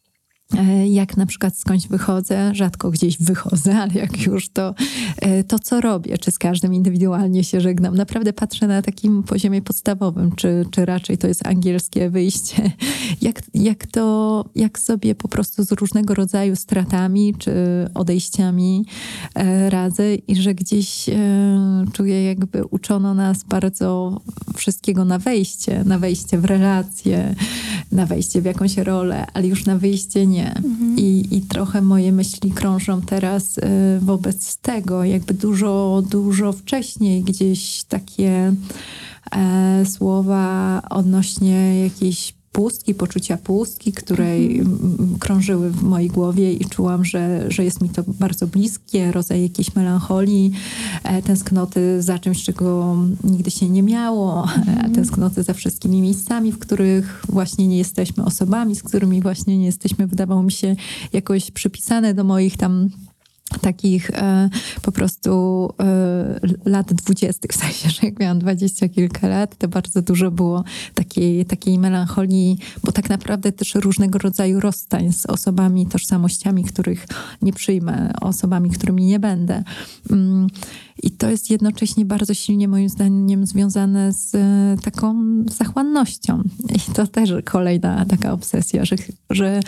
jak na przykład skądś wychodzę, rzadko gdzieś wychodzę, ale jak już to, to co robię, czy z każdym indywidualnie się żegnam. Naprawdę patrzę na takim poziomie podstawowym, czy, czy raczej to jest angielskie wyjście. Jak, jak to, jak sobie po prostu z różnego rodzaju stratami, czy odejściami radzę i że gdzieś czuję, jakby uczono nas bardzo wszystkiego na wejście, na wejście w relacje, na wejście w jakąś rolę, ale już na wyjście nie. Mhm. I, I trochę moje myśli krążą teraz y, wobec tego, jakby dużo, dużo wcześniej gdzieś takie e, słowa odnośnie jakiejś pustki, poczucia pustki, której mhm. krążyły w mojej głowie i czułam, że, że jest mi to bardzo bliskie, rodzaj jakiejś melancholii, e, tęsknoty za czymś, czego nigdy się nie miało, mhm. e, tęsknoty za wszystkimi miejscami, w których właśnie nie jesteśmy, osobami, z którymi właśnie nie jesteśmy, wydawało mi się jakoś przypisane do moich tam takich e, po prostu e, lat dwudziestych, w sensie, że jak miałam dwadzieścia kilka lat, to bardzo dużo było takiej, takiej melancholii, bo tak naprawdę też różnego rodzaju rozstań z osobami, tożsamościami, których nie przyjmę, osobami, którymi nie będę. Mm. I to jest jednocześnie bardzo silnie moim zdaniem związane z e, taką zachłannością. I to też kolejna taka obsesja, że, że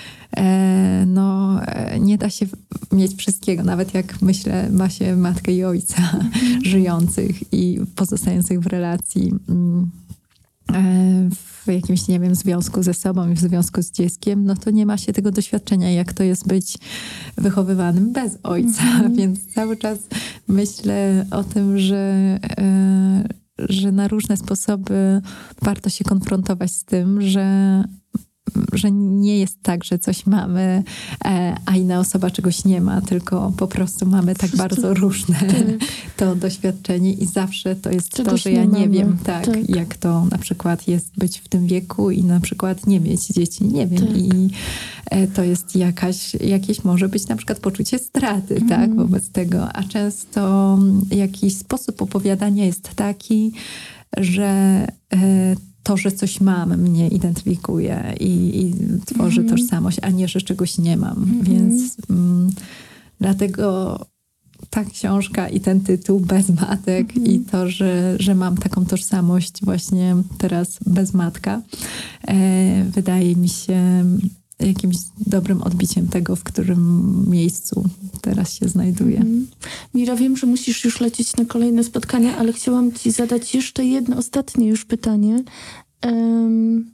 E, no, e, nie da się mieć wszystkiego, nawet jak myślę, ma się matkę i ojca mm. żyjących i pozostających w relacji mm, e, w jakimś, nie wiem, związku ze sobą i w związku z dzieckiem, no to nie ma się tego doświadczenia, jak to jest być wychowywanym bez ojca. Mm. Więc cały czas myślę o tym, że e, że na różne sposoby warto się konfrontować z tym, że że nie jest tak, że coś mamy, a inna osoba czegoś nie ma, tylko po prostu mamy tak bardzo różne tak. to doświadczenie i zawsze to jest czegoś to, że ja nie, nie wiem, tak, tak, jak to na przykład jest być w tym wieku i na przykład nie mieć dzieci, nie wiem. Tak. I to jest jakaś, jakieś może być na przykład poczucie straty, mm. tak, wobec tego, a często jakiś sposób opowiadania jest taki, że to, że coś mam, mnie identyfikuje i, i tworzy mm. tożsamość, a nie, że czegoś nie mam. Mm. Więc mm, dlatego ta książka i ten tytuł Bez matek mm. i to, że, że mam taką tożsamość właśnie teraz bez matka, e, wydaje mi się jakimś dobrym odbiciem tego, w którym miejscu teraz się znajduję. Mm. Mira, wiem, że musisz już lecieć na kolejne spotkania, ale chciałam ci zadać jeszcze jedno, ostatnie już pytanie. Um,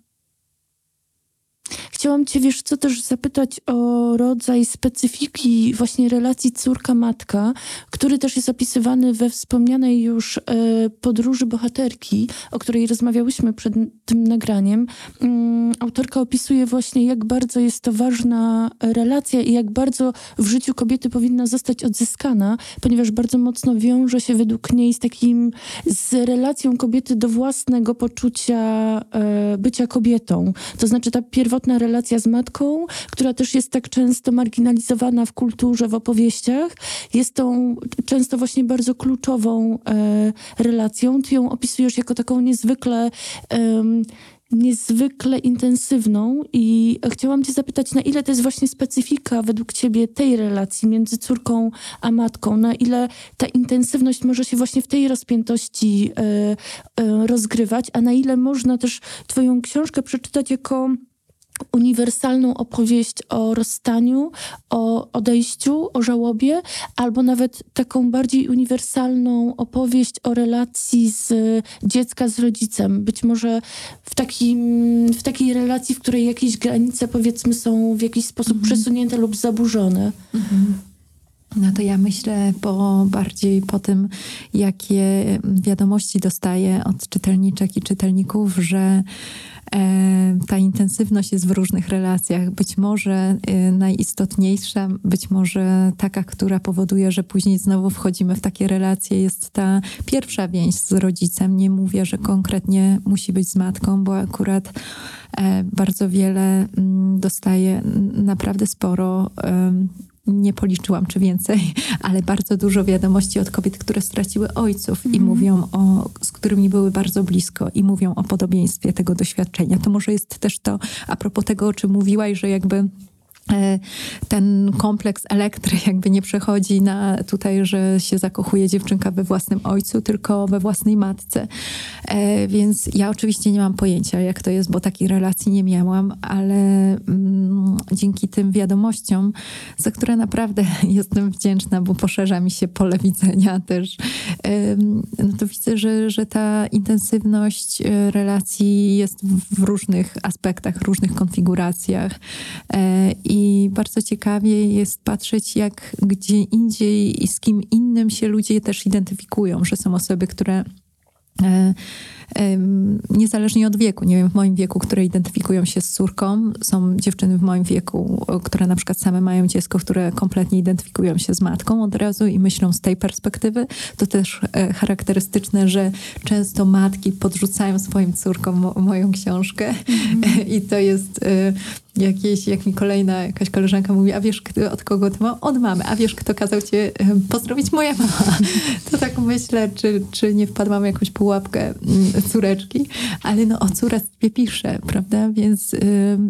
chciałam cię, wiesz co, też zapytać o rodzaj specyfiki właśnie relacji córka-matka, który też jest opisywany we wspomnianej już e, podróży bohaterki, o której rozmawiałyśmy przed tym nagraniem. Um, autorka opisuje właśnie, jak bardzo jest to ważna relacja i jak bardzo w życiu kobiety powinna zostać odzyskana, ponieważ bardzo mocno wiąże się według niej z takim, z relacją kobiety do własnego poczucia e, bycia kobietą. To znaczy ta pierwotna relacja z matką, która też jest tak często marginalizowana w kulturze, w opowieściach, jest tą często właśnie bardzo kluczową e, relacją. Ty ją opisujesz jako taką niezwykle e, niezwykle intensywną i chciałam cię zapytać, na ile to jest właśnie specyfika według ciebie tej relacji między córką a matką, na ile ta intensywność może się właśnie w tej rozpiętości e, e, rozgrywać, a na ile można też twoją książkę przeczytać jako uniwersalną opowieść o rozstaniu, o odejściu, o żałobie, albo nawet taką bardziej uniwersalną opowieść o relacji z dziecka z rodzicem. Być może w, takim, w takiej relacji, w której jakieś granice, powiedzmy, są w jakiś sposób mhm. przesunięte lub zaburzone. Mhm. No to ja myślę po, bardziej po tym, jakie wiadomości dostaję od czytelniczek i czytelników, że e, ta intensywność jest w różnych relacjach. Być może e, najistotniejsza, być może taka, która powoduje, że później znowu wchodzimy w takie relacje, jest ta pierwsza więź z rodzicem. Nie mówię, że konkretnie musi być z matką, bo akurat e, bardzo wiele m, dostaję, naprawdę sporo e, nie policzyłam, czy więcej, ale bardzo dużo wiadomości od kobiet, które straciły ojców mm. i mówią o, z którymi były bardzo blisko i mówią o podobieństwie tego doświadczenia. To może jest też to, a propos tego, o czym mówiłaś, że jakby ten kompleks elektry jakby nie przechodzi na tutaj, że się zakochuje dziewczynka we własnym ojcu, tylko we własnej matce. E, więc ja oczywiście nie mam pojęcia, jak to jest, bo takiej relacji nie miałam, ale mm, dzięki tym wiadomościom, za które naprawdę jestem wdzięczna, bo poszerza mi się pole widzenia też, e, no to widzę, że, że ta intensywność relacji jest w różnych aspektach, różnych konfiguracjach e, i I bardzo ciekawie jest patrzeć, jak gdzie indziej i z kim innym się ludzie też identyfikują, że są osoby, które niezależnie od wieku. Nie wiem, w moim wieku, które identyfikują się z córką, są dziewczyny w moim wieku, które na przykład same mają dziecko, które kompletnie identyfikują się z matką od razu i myślą z tej perspektywy. To też charakterystyczne, że często matki podrzucają swoim córkom mo- moją książkę mm. i to jest jakieś, jak mi kolejna jakaś koleżanka mówi, a wiesz kto, od kogo to ma? Od mamy. A wiesz, kto kazał cię pozdrowić? Moja mama. To tak myślę, czy, czy nie wpadłam w jakąś pułapkę córeczki, ale no o córeczce piszę, prawda? Więc y,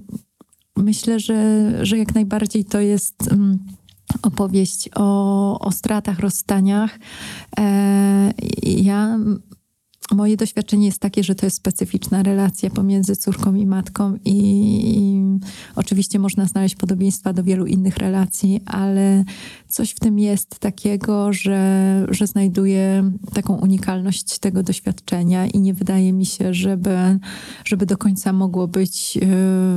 myślę, że, że jak najbardziej to jest y, opowieść o, o stratach, rozstaniach. E, ja Moje doświadczenie jest takie, że to jest specyficzna relacja pomiędzy córką i matką i, i oczywiście można znaleźć podobieństwa do wielu innych relacji, ale coś w tym jest takiego, że, że znajduję taką unikalność tego doświadczenia i nie wydaje mi się, żeby, żeby do końca mogło być yy,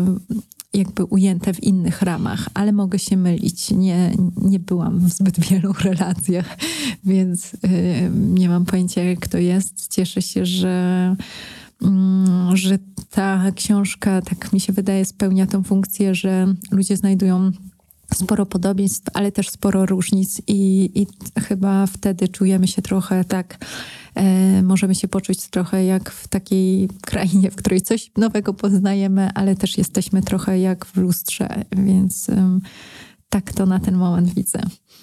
jakby ujęte w innych ramach, ale mogę się mylić. Nie, nie byłam w zbyt wielu relacjach, więc yy, nie mam pojęcia, jak to jest. Cieszę się, że, yy, że ta książka, tak mi się wydaje, spełnia tą funkcję, że ludzie znajdują sporo podobieństw, ale też sporo różnic i, i chyba wtedy czujemy się trochę tak, e, możemy się poczuć trochę jak w takiej krainie, w której coś nowego poznajemy, ale też jesteśmy trochę jak w lustrze, więc um, tak to na ten moment widzę.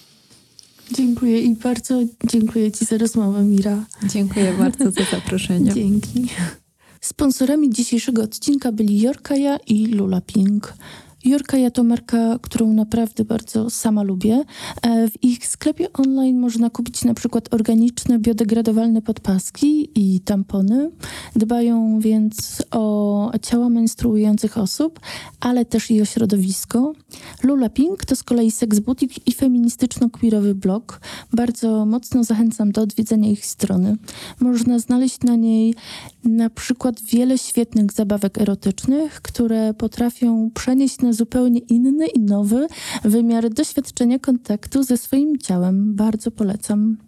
Dziękuję i bardzo dziękuję ci za rozmowę, Mira. Dziękuję bardzo za zaproszenie. Dzięki. Sponsorami dzisiejszego odcinka byli Yorkaya i Lula Pink. Yorkaya to marka, którą naprawdę bardzo sama lubię. W ich sklepie online można kupić na przykład organiczne, biodegradowalne podpaski i tampony. Dbają więc o ciała menstruujących osób, ale też i o środowisko. Lula Pink to z kolei sex boutique i feministyczno-queerowy blog. Bardzo mocno zachęcam do odwiedzenia ich strony. Można znaleźć na niej na przykład wiele świetnych zabawek erotycznych, które potrafią przenieść na zupełnie inny i nowy wymiar doświadczenia kontaktu ze swoim ciałem. Bardzo polecam.